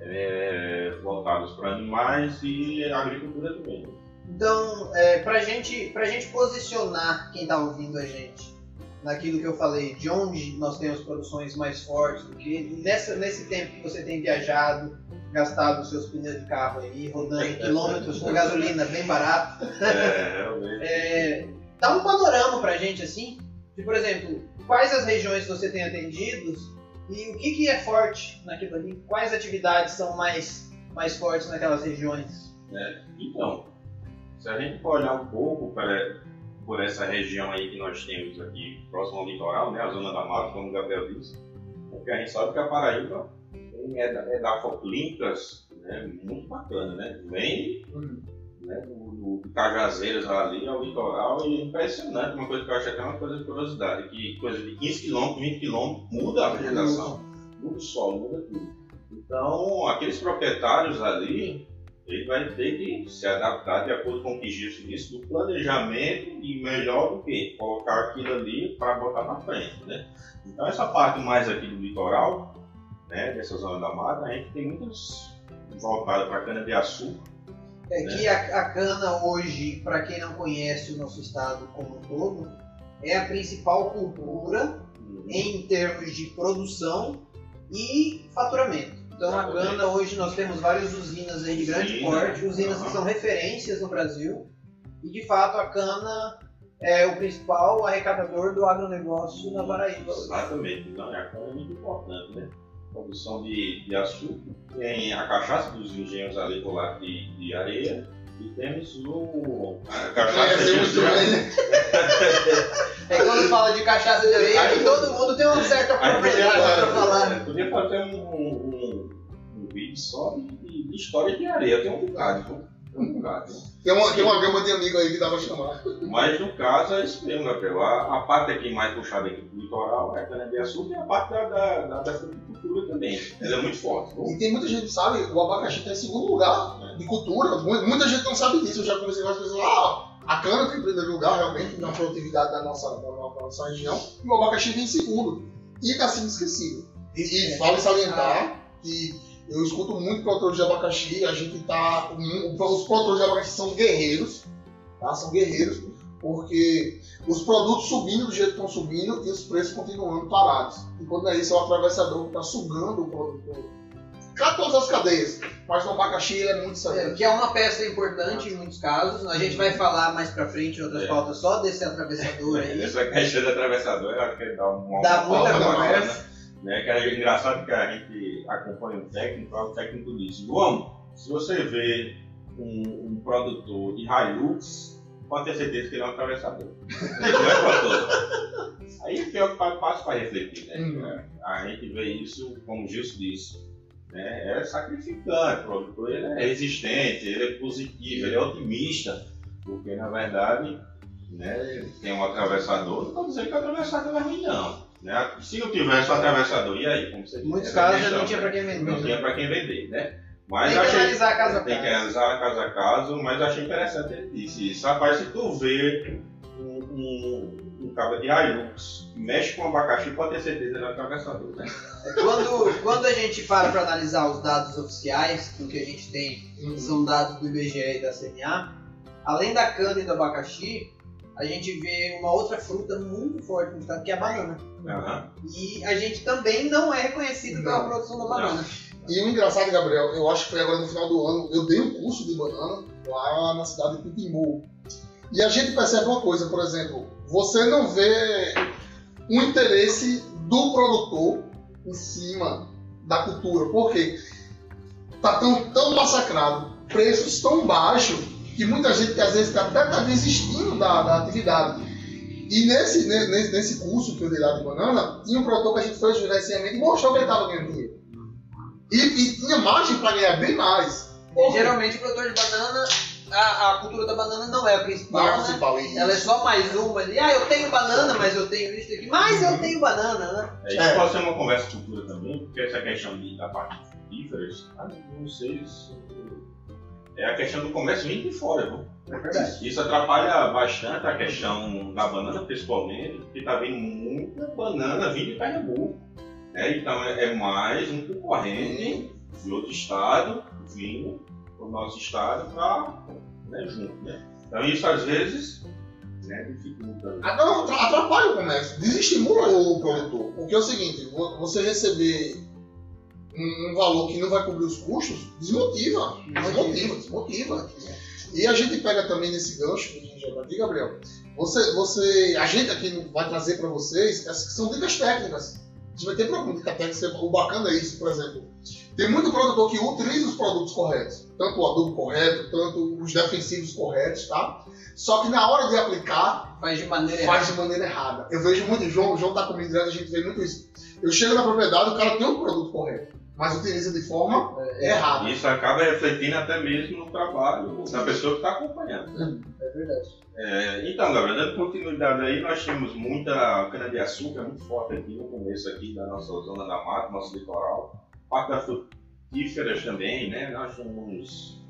[SPEAKER 3] É, voltadas para animais e agricultura também.
[SPEAKER 1] Então, é, para gente, a gente posicionar quem está ouvindo a gente naquilo que eu falei, de onde nós temos produções mais fortes, porque nessa, nesse tempo que você tem viajado, gastado os seus pneus de carro aí, rodando em quilômetros com gasolina bem barato,
[SPEAKER 3] é, realmente.
[SPEAKER 1] É, dá um panorama pra gente assim, de, por exemplo, quais as regiões que você tem atendidos e o que, que é forte naquilo ali, quais atividades são mais, mais fortes naquelas regiões.
[SPEAKER 3] É, então, se a gente for olhar um pouco para por essa região aí que nós temos aqui, próximo ao litoral, né, a zona da mata, como o Gabriel disse, porque a gente sabe que a Paraíba é da, é da foclínicas, né, muito bacana, né, vem uhum. né, do, do Cajazeiras ali ao litoral e é impressionante, uma coisa que eu acho até uma coisa de curiosidade, que coisa de quinze quilômetros, vinte quilômetros, muda a vegetação, muda o solo, muda tudo. Então, aqueles proprietários ali, ele vai ter que se adaptar de acordo com o que diz isso do planejamento e melhor do que colocar aquilo ali para botar na frente, né? Então essa parte mais aqui do litoral, né, dessa zona da mata, a gente tem muitas voltadas para cana-de-açúcar.
[SPEAKER 1] É né? Que a, a cana hoje, para quem não conhece o nosso estado como um todo, é a principal cultura uhum. em termos de produção e faturamento. Então a cana, hoje nós temos várias usinas aí de grande Sim, porte, usinas uhum. que são referências no Brasil, e de fato a cana é o principal arrecadador do agronegócio na Paraíba.
[SPEAKER 3] Exatamente, então a cana é muito importante, né? Produção de, de açúcar, tem a cachaça dos engenhos agrícolas de, de areia, e temos o, a cachaça de areia.
[SPEAKER 1] É quando fala de cachaça de areia que todo mundo tem uma certa propriedade para falar.
[SPEAKER 3] Eu podia fazer um, um, um vídeo só de, de história de areia, eu tenho um bocado, viu? Um bocado.
[SPEAKER 2] Tem uma, tem uma gama de amigo aí que dá pra chamar.
[SPEAKER 3] Mas no caso é isso mesmo, Gabriel. A, a parte aqui mais puxada aqui do litoral é a cana-de-açúcar e a parte da, da, da, da fruticultura também. Ela é muito forte. Viu?
[SPEAKER 2] E tem muita gente que sabe, o abacaxi está em segundo lugar é. de cultura. Muita gente não sabe disso. Eu já conversei com as pessoas, ah, a cana está em primeiro lugar realmente na produtividade da nossa, da nossa região e o abacaxi vem em segundo. E está sendo esquecido. E, e vale salientar que eu escuto muito produtores de abacaxi, a gente tá. Os produtores de abacaxi são guerreiros, tá? São guerreiros, porque os produtos subindo do jeito que estão subindo e os preços continuando parados. E quando é isso, é o atravessador que está sugando o produtor aplicar todas as cadeias. Mas no abacaxi ele é muito sério.
[SPEAKER 1] É, que é uma peça importante em muitos casos. A gente vai falar mais pra frente em outras
[SPEAKER 3] É.
[SPEAKER 1] pautas só desse atravessador aí.
[SPEAKER 3] Essa questão do atravessador, eu acho que dá uma
[SPEAKER 1] Dá
[SPEAKER 3] uma
[SPEAKER 1] muita
[SPEAKER 3] pauta
[SPEAKER 1] conversa.
[SPEAKER 3] bacana, né? Que é engraçado que a gente acompanha um técnico, o técnico diz: João, se você vê um, um produtor de Hilux, pode ter certeza que ele é um atravessador. Ele não é produtor. Aí é o que passa para refletir, né?
[SPEAKER 2] Uhum.
[SPEAKER 3] A gente vê isso, como o Gilson disse, né? É sacrificante, o produtor ele é resistente, ele é positivo, ele é otimista, porque na verdade, né, tem um atravessador, não estou dizendo que o atravessador é ruim não. Né? Se não tivesse um atravessador, e aí? Como você
[SPEAKER 1] Em muitos
[SPEAKER 3] disse,
[SPEAKER 1] casos
[SPEAKER 3] é
[SPEAKER 1] já não
[SPEAKER 3] questão,
[SPEAKER 1] tinha pra quem vender.
[SPEAKER 3] Não tinha para quem vender, né? Mas
[SPEAKER 1] Tem que
[SPEAKER 3] achei,
[SPEAKER 1] analisar caso a
[SPEAKER 3] tem que
[SPEAKER 1] caso.
[SPEAKER 3] analisar caso a caso, mas achei interessante ele disse isso. Rapaz, se tu vê um, um, um cabo de Hilux, mexe com abacaxi, pode ter certeza que ele é atravessador, né?
[SPEAKER 1] Quando, quando a gente para para analisar os dados oficiais, que o que a gente tem são dados do I B G E e da C N A, além da cana e do abacaxi, a gente vê uma outra fruta muito forte no estado, que é a banana.
[SPEAKER 3] Uhum.
[SPEAKER 1] E a gente também não é reconhecido pela
[SPEAKER 2] Não.
[SPEAKER 1] produção da banana.
[SPEAKER 2] E o engraçado, Gabriel, eu acho que foi agora no final do ano, eu dei um curso de banana lá na cidade de Pitimbu. E a gente percebe uma coisa, por exemplo, você não vê um interesse do produtor em cima da cultura. Por quê? Tá tão, tão massacrado, preços tão baixos, que muita gente que às vezes até está desistindo da, da atividade. E nesse, nesse, nesse curso que eu dei lá de banana, tinha um produtor que a gente fez o gerenciamento e mostrou que ele estava ganhando dinheiro. E, e tinha margem para ganhar bem mais.
[SPEAKER 1] E, geralmente o produtor de banana, a, a cultura da banana não é a principal,
[SPEAKER 2] Não,
[SPEAKER 1] né?
[SPEAKER 2] principal, isso.
[SPEAKER 1] Ela é só mais uma ali. Ah, eu tenho banana, mas eu tenho isso aqui. Mas eu tenho banana, né?
[SPEAKER 3] É, isso
[SPEAKER 2] É.
[SPEAKER 3] pode ser uma conversa futura também, porque essa questão de, da parte de frutíferas, ah, não sei se é a questão do comércio vindo de fora, viu?
[SPEAKER 1] É verdade.
[SPEAKER 3] Isso atrapalha bastante a questão da banana, principalmente, porque está vindo muita banana vindo de Pernambuco. Né? Então é, é mais um concorrente de outro estado vindo para o nosso estado para, né, junto. Né? Então isso às vezes, né, dificulta.
[SPEAKER 2] Ah, não, atra- atrapalha o comércio, desestimula o produtor. Porque é o seguinte, vo- você receber um, um valor que não vai cobrir os custos, desmotiva, desmotiva, desmotiva. E a gente pega também nesse gancho que a gente já vai dizer, Gabriel, você, você, a gente aqui vai trazer para vocês essas que são dicas técnicas. A gente vai ter problema de técnica, o bacana é isso, por exemplo. Tem muito produtor que utiliza os produtos corretos, tanto o adubo correto, tanto os defensivos corretos, tá? Só que na hora de aplicar,
[SPEAKER 1] Faz de maneira
[SPEAKER 2] faz
[SPEAKER 1] errada.
[SPEAKER 2] de maneira errada. Eu vejo muito, o João, o João tá comigo direto, a gente vê muito isso. Eu chego na propriedade, o cara tem um produto correto, mas utiliza de forma errada.
[SPEAKER 3] Isso acaba refletindo até mesmo no trabalho da pessoa que está acompanhando.
[SPEAKER 1] É verdade.
[SPEAKER 3] É, então, Gabriel, dando continuidade aí, nós temos muita cana-de-açúcar muito forte aqui no começo aqui da nossa zona da mata, nosso litoral. Parte das frutíferas também, né? Nós temos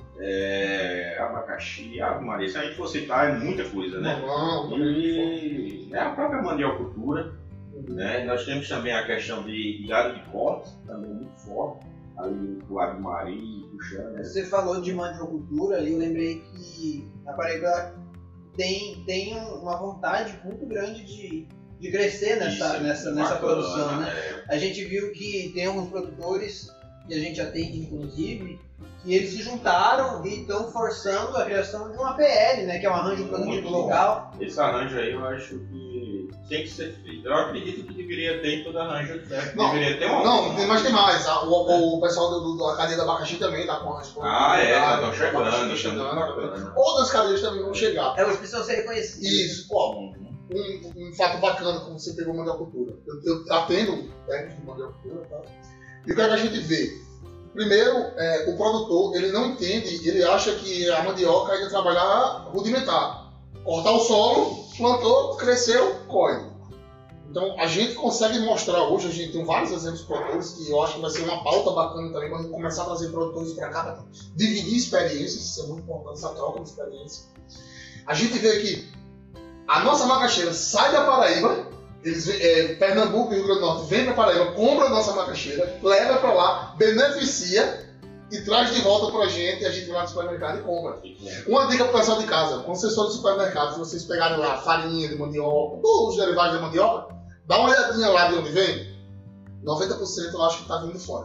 [SPEAKER 3] é, abacaxi, ave Maria. Se a gente for citar, é muita coisa, né?
[SPEAKER 2] Não, não,
[SPEAKER 3] E é a própria mandiocultura, né? Nós temos também a questão de gado de corte, também muito forte, ali do lado do Mari, puxando, né?
[SPEAKER 1] Você falou de mandiocultura e eu lembrei que a Paraíba tem, tem uma vontade muito grande de, de crescer nessa,
[SPEAKER 3] Isso,
[SPEAKER 1] nessa, nessa
[SPEAKER 3] bacana,
[SPEAKER 1] produção, né?
[SPEAKER 3] né?
[SPEAKER 1] A gente viu que tem alguns produtores, que a gente atende inclusive, que eles se juntaram e estão forçando a criação de uma A P L, né? Que é um arranjo produtivo
[SPEAKER 3] Muito
[SPEAKER 1] local.
[SPEAKER 3] Esse arranjo aí eu acho que tem que ser feito. Eu acredito que deveria ter em todo arranjo, né?
[SPEAKER 2] Não,
[SPEAKER 3] Deveria ter uma.
[SPEAKER 2] não, tem- mas tem mais. A- O, o pessoal do, do- da cadeia do abacaxi também tá com a responsabilidade.
[SPEAKER 3] Ah, é, já estão chegando,
[SPEAKER 2] Abacaxi
[SPEAKER 3] estão
[SPEAKER 2] chegando.
[SPEAKER 3] chegando.
[SPEAKER 2] Outras cadeias também vão chegar.
[SPEAKER 1] Elas precisam ser reconhecidas.
[SPEAKER 2] Isso, ó, um, um fato bacana como você pegou mandiocultura. Eu, eu atendo técnico de mandiocultura, tá? E o que, é que a gente vê? Primeiro, é, o produtor, ele não entende, ele acha que a mandioca é de trabalhar rudimentar. Cortar o solo, plantou, cresceu, colhe. Então, a gente consegue mostrar hoje, a gente tem vários exemplos de produtores que eu acho que vai ser uma pauta bacana também quando a gente começar a trazer produtores para cá, para dividir experiências, isso é muito importante, essa troca de experiência. A gente vê que a nossa macaxeira sai da Paraíba, eles, é, Pernambuco e Rio Grande do Norte vem para Paraíba, compra a nossa macaxeira, leva para lá, beneficia e traz de volta para a gente e a gente vai lá no supermercado e compra. Uma dica para o pessoal de casa, quando vocês forem no supermercado, se vocês pegarem lá farinha de mandioca, todos os derivados de mandioca, dá uma olhadinha lá de onde vem, noventa por cento eu acho que está vindo fora.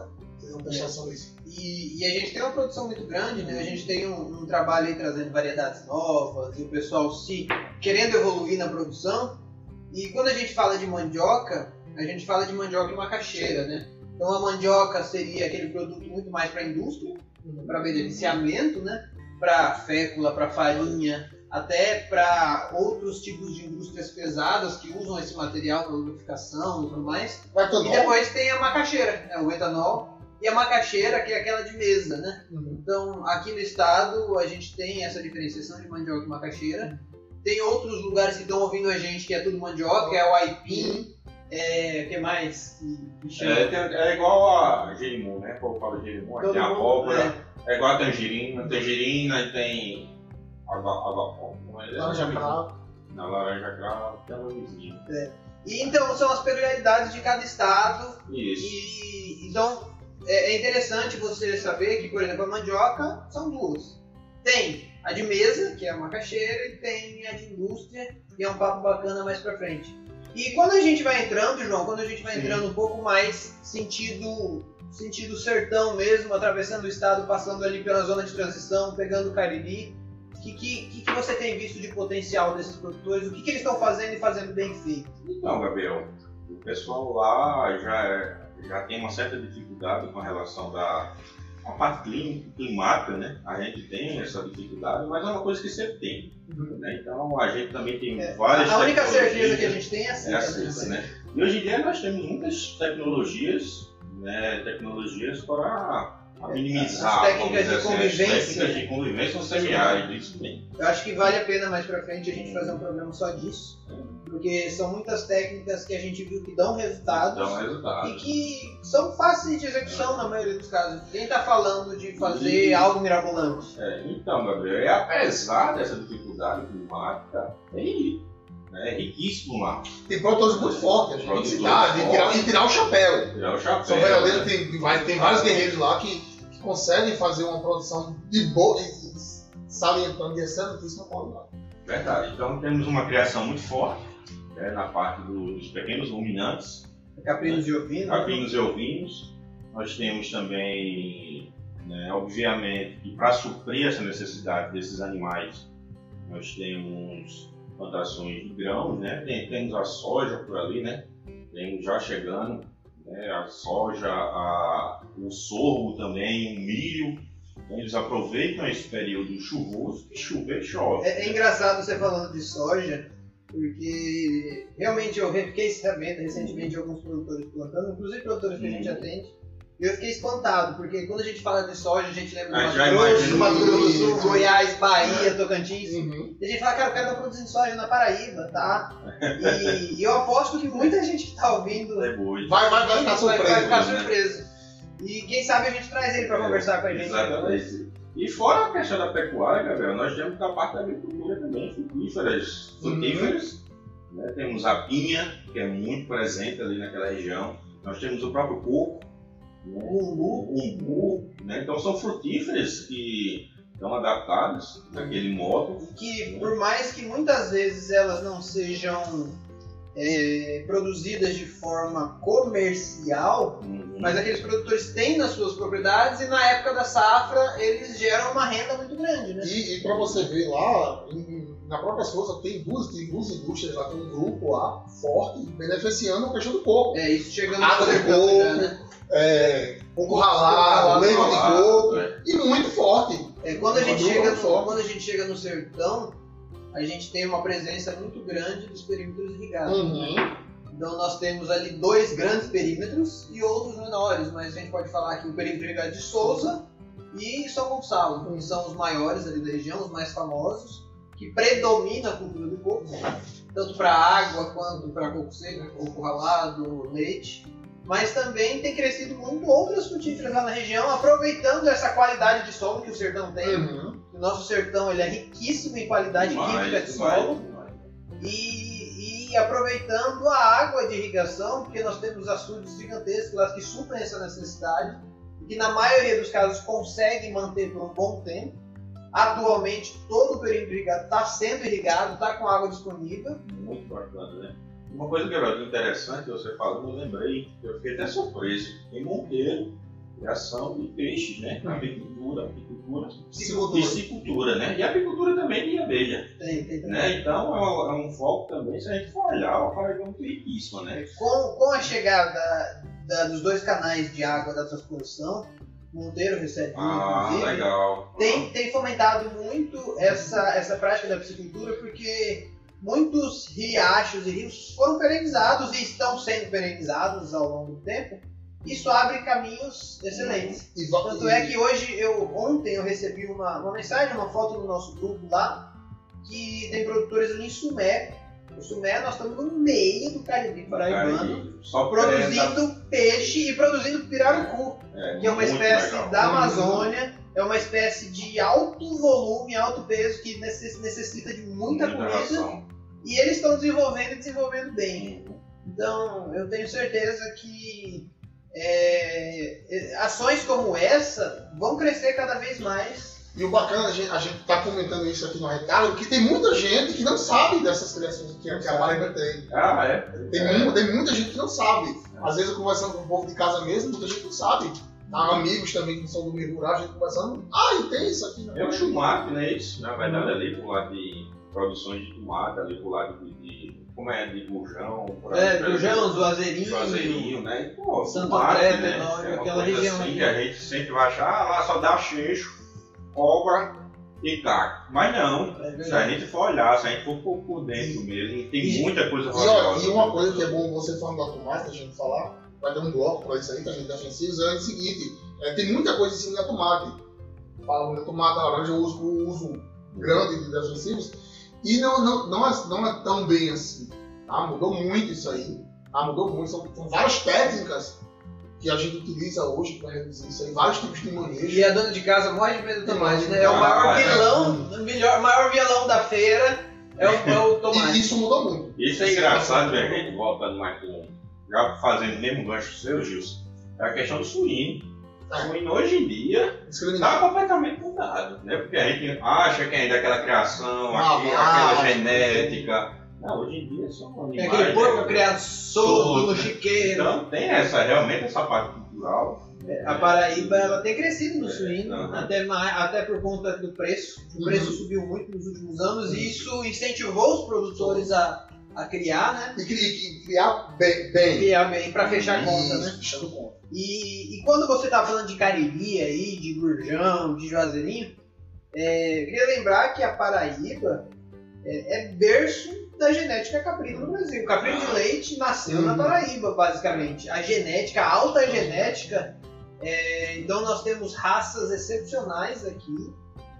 [SPEAKER 2] Eu prestar atenção nisso.
[SPEAKER 1] E, e a gente tem uma produção muito grande, né? A gente tem um, um trabalho aí trazendo variedades novas e o pessoal se querendo evoluir na produção. E quando a gente fala de mandioca, a gente fala de mandioca e macaxeira, né? Então a mandioca seria aquele produto muito mais para a indústria, para beneficiamento, né? Para fécula, para farinha, até para outros tipos de indústrias pesadas que usam esse material para lubrificação e tudo mais. E depois tem a macaxeira, né? O etanol. E a macaxeira, que é aquela de mesa, né? Uhum. Então, aqui no estado, a gente tem essa diferenciação de mandioca e macaxeira. Tem outros lugares que estão ouvindo a gente que é tudo mandioca, é o aipim, é... o que mais que, que chama?
[SPEAKER 3] É, tem, é igual a gerimum, né? O povo fala gerimum, tem a abóbora, é. é igual a tangerina, tangerina tem água
[SPEAKER 2] laranja cravo.
[SPEAKER 3] Na laranja cravo, tem uma vizinha.
[SPEAKER 1] É. E então, são as peculiaridades de cada estado.
[SPEAKER 3] Isso.
[SPEAKER 1] E, então... É interessante você saber que, por exemplo, a mandioca são duas. Tem a de mesa, que é a macaxeira, e tem a de indústria, que é um papo bacana mais pra frente. E quando a gente vai entrando, João, quando a gente vai Sim. entrando um pouco mais sentido, sentido sertão mesmo, atravessando o estado, passando ali pela zona de transição, pegando o Cariri, o que, que, que você tem visto de potencial desses produtores? O que, que eles estão fazendo e fazendo bem feito?
[SPEAKER 3] Então, Gabriel, o pessoal lá já é... já tem uma certa dificuldade com relação da a parte clínica, climática, né? A gente tem essa dificuldade, mas é uma coisa que sempre tem. Uhum. Né? Então a gente também tem é, várias
[SPEAKER 1] a única certeza que a gente tem é assim.
[SPEAKER 3] É assim, né? E hoje em dia nós temos muitas tecnologias, né? Tecnologias para minimizar
[SPEAKER 1] as técnicas de convivência.
[SPEAKER 3] As técnicas de convivência no semiárido, isso tem.
[SPEAKER 1] Eu acho que vale a pena mais pra frente a gente fazer um programa só disso. Porque são muitas técnicas que a gente viu que dão resultados,
[SPEAKER 3] dão resultados.
[SPEAKER 1] E que são fáceis de execução na maioria dos casos. Ninguém está falando de fazer e... algo mirabolante.
[SPEAKER 3] É, então, Gabriel, e apesar dessa dificuldade climática, tem, né, é riquíssimo lá.
[SPEAKER 2] Tem produtores muito fortes, a gente citar, e tirar, tirar o chapéu.
[SPEAKER 3] Tirar o chapéu.
[SPEAKER 2] São verdadeiros, né? tem, vai, tem vários guerreiros lá que, que conseguem fazer uma produção de boa, salientando de excelentíssima qualidade.
[SPEAKER 3] Verdade. Então temos uma criação muito forte. É, na parte dos pequenos ruminantes,
[SPEAKER 1] caprinos e ovinos.
[SPEAKER 3] Caprinos e ovinos. Nós temos também, né, obviamente, que para suprir essa necessidade desses animais, nós temos plantações de grãos, né? Tem, temos a soja por ali, né? Temos já chegando, né, a soja, a, o sorgo também, o milho. Então, eles aproveitam esse período chuvoso, que chover chove.
[SPEAKER 1] É, é engraçado você falando de soja, porque realmente eu fiquei sabendo recentemente de alguns produtores plantando, inclusive produtores que a gente atende, e eu fiquei espantado, porque quando a gente fala de soja, a gente lembra
[SPEAKER 3] ah,
[SPEAKER 1] do Mato Grosso, Mato Grosso do Sul, Goiás, Bahia, Tocantins, uhum. E a gente fala, cara, o cara tá produzindo soja na Paraíba, tá? E, e eu aposto que muita gente que tá ouvindo
[SPEAKER 3] é
[SPEAKER 2] vai, vai, vai ficar surpreso.
[SPEAKER 1] Vai ficar surpreso. Né? E quem sabe a gente traz ele para é, conversar com a gente.
[SPEAKER 3] Exatamente. E fora a questão da pecuária, Gabriel, nós temos a parte da agricultura também, frutíferas. frutíferas uhum. né? Temos a pinha, que é muito presente ali naquela região. Nós temos o próprio coco, né? o umbu, o umbu né? Então são frutíferas que estão adaptadas naquele modo.
[SPEAKER 1] Que por mais que muitas vezes elas não sejam é, produzidas de forma comercial, uhum. mas aqueles produtores têm nas suas propriedades e na época da safra eles geram uma renda muito grande, né?
[SPEAKER 2] E, e para você ver lá, em, na própria Souza tem duas, tem duas indústrias lá, tem um grupo lá forte beneficiando a questão do coco.
[SPEAKER 1] É, isso chegando
[SPEAKER 2] água de coco, né? é, coco ralado, leite de coco, é. E muito forte.
[SPEAKER 1] É, quando, a gente chega no, quando a gente chega no sertão, a gente tem uma presença muito grande dos perímetros irrigados.
[SPEAKER 2] Uhum.
[SPEAKER 1] Então nós temos ali dois grandes perímetros e outros menores, mas a gente pode falar que o perímetro irrigado de Souza e São Gonçalo, que são os maiores ali da região, os mais famosos, que predomina a cultura do coco, tanto para água quanto para coco seco, coco ralado, leite. Mas também tem crescido muito outras frutíferas lá na região, aproveitando essa qualidade de solo que o sertão tem.
[SPEAKER 2] Uhum.
[SPEAKER 1] O nosso sertão ele é riquíssimo em qualidade
[SPEAKER 3] demais,
[SPEAKER 1] química de
[SPEAKER 3] demais,
[SPEAKER 1] solo.
[SPEAKER 3] Demais.
[SPEAKER 1] E, e aproveitando a água de irrigação, porque nós temos açudes gigantescos lá que suprem essa necessidade, e que na maioria dos casos conseguem manter por um bom tempo. Atualmente todo o perímetro irrigado está sendo irrigado, está com água disponível.
[SPEAKER 3] Muito bacana, né? Uma coisa que é interessante, você falando, eu lembrei, eu fiquei até surpreso. Em Monteiro, criação de peixes, né? Apicultura, apicultura
[SPEAKER 2] Piscicultura.
[SPEAKER 3] e piscicultura, né? E apicultura também de abelha.
[SPEAKER 1] Tem, tem, tem.
[SPEAKER 3] Né? Então é um, é um foco também, se a gente for olhar, o Paraíba é muito riquíssimo, né?
[SPEAKER 1] Com, com a chegada da, dos dois canais de água da transposição, Monteiro recebe
[SPEAKER 3] Ah,
[SPEAKER 1] inclusive,
[SPEAKER 3] legal.
[SPEAKER 1] tem, tem fomentado muito essa, essa prática da piscicultura, porque muitos riachos e rios foram perenizados e estão sendo perenizados ao longo do tempo. Isso abre caminhos excelentes.
[SPEAKER 2] E va-
[SPEAKER 1] Tanto é que hoje, eu, ontem, eu recebi uma, uma mensagem, uma foto no nosso grupo lá, que tem produtores ali em Sumé. O Sumé, nós estamos no meio do Caribe paraibano,
[SPEAKER 3] Só
[SPEAKER 1] produzindo peixe e produzindo pirarucu,
[SPEAKER 3] é,
[SPEAKER 1] que é uma
[SPEAKER 3] muito
[SPEAKER 1] espécie
[SPEAKER 3] legal.
[SPEAKER 1] da Amazônia, é uma espécie de alto volume, alto peso, que necess- necessita de muita
[SPEAKER 3] Muita
[SPEAKER 1] comida,
[SPEAKER 3] ração.
[SPEAKER 1] e eles estão desenvolvendo e desenvolvendo bem. Então, eu tenho certeza que é, ações como essa vão crescer cada vez mais.
[SPEAKER 2] E o bacana, a gente, a gente tá comentando isso aqui no recado, porque tem muita gente que não sabe dessas criações que, que a Paraíba tem.
[SPEAKER 3] Ah, é?
[SPEAKER 2] Tem,
[SPEAKER 3] é.
[SPEAKER 2] mu- tem muita gente que não sabe. Às vezes eu conversando com o povo de casa mesmo, muita gente não sabe. Tá? Amigos também que são do meio rural, a gente conversando, ah, e tem isso aqui.
[SPEAKER 3] É o tomate, né? Isso, na verdade, ali pro lado de produções de tomate, ali pro lado de, de como é, de bujão. pra-
[SPEAKER 1] É,
[SPEAKER 3] pra-
[SPEAKER 1] Bujão, Juazeirinho,
[SPEAKER 3] Juazeirinho, né? E, pô,
[SPEAKER 1] Santo
[SPEAKER 3] tomate,
[SPEAKER 1] André,
[SPEAKER 3] né?
[SPEAKER 1] Tenório,
[SPEAKER 3] É uma
[SPEAKER 1] aquela
[SPEAKER 3] coisa
[SPEAKER 1] região
[SPEAKER 3] assim
[SPEAKER 1] ali.
[SPEAKER 3] que a gente sempre vai achar, ah, lá só dá cheixo, cobra e caco. Mas não,
[SPEAKER 1] É
[SPEAKER 3] se a
[SPEAKER 1] verdade.
[SPEAKER 3] gente for olhar, se a gente for por, por dentro mesmo, tem
[SPEAKER 1] E-
[SPEAKER 3] muita coisa
[SPEAKER 2] E, ó, e uma
[SPEAKER 3] né?
[SPEAKER 2] coisa que é bom você falando da tomate, a gente falar, vai ter um bloco pra isso aí, que a gente defensivos, é o seguinte, é, tem muita coisa em cima da tomate. Fala da tomate, laranja, eu uso o uso grande de defensivos, e não, não, não, é, não é tão bem assim. Tá? Mudou muito isso aí, tá? Mudou muito, são, são várias técnicas que a gente utiliza hoje para reduzir isso aí, vários tipos de manejo.
[SPEAKER 1] E a dona de casa morre de medo do tomate, né? É o
[SPEAKER 3] Ah,
[SPEAKER 1] maior
[SPEAKER 3] é.
[SPEAKER 1] vilão, o melhor, maior vilão da feira é o, é o
[SPEAKER 2] E
[SPEAKER 1] tomate.
[SPEAKER 2] isso mudou muito.
[SPEAKER 3] Isso é engraçado, né, gente? Voltando mais com. Já fazendo o mesmo gancho seu, Gilson. É a questão do suíno. O
[SPEAKER 2] É.
[SPEAKER 3] suíno hoje em dia
[SPEAKER 2] Discriminar.
[SPEAKER 3] está completamente mudado, né? Porque a gente acha que ainda é aquela criação,
[SPEAKER 2] Ah,
[SPEAKER 3] aqui,
[SPEAKER 2] ah,
[SPEAKER 3] aquela genética. Não, hoje em dia são
[SPEAKER 1] É
[SPEAKER 3] animais.
[SPEAKER 1] aquele porco
[SPEAKER 3] né?
[SPEAKER 1] criado solto no chiqueiro.
[SPEAKER 3] Então tem essa, realmente essa parte cultural.
[SPEAKER 1] A Paraíba ela tem crescido no suíno,
[SPEAKER 3] Uhum.
[SPEAKER 1] até, mais- até por conta do preço. O preço
[SPEAKER 2] Uhum.
[SPEAKER 1] subiu muito nos últimos anos e isso incentivou os produtores a, a criar, né?
[SPEAKER 2] E, cri- e criar bem. bem.
[SPEAKER 1] Criar bem para fechar a conta, né?
[SPEAKER 2] Isso, fechando conta.
[SPEAKER 1] E, e quando você tá falando de Cariri aí, de Gurjão, de Juazeirinho, é, eu queria lembrar que a Paraíba é, é berço da genética caprina no Brasil. O caprino de leite nasceu na
[SPEAKER 2] Uhum.
[SPEAKER 1] Paraíba, basicamente. A genética, a alta genética, é, então nós temos raças excepcionais aqui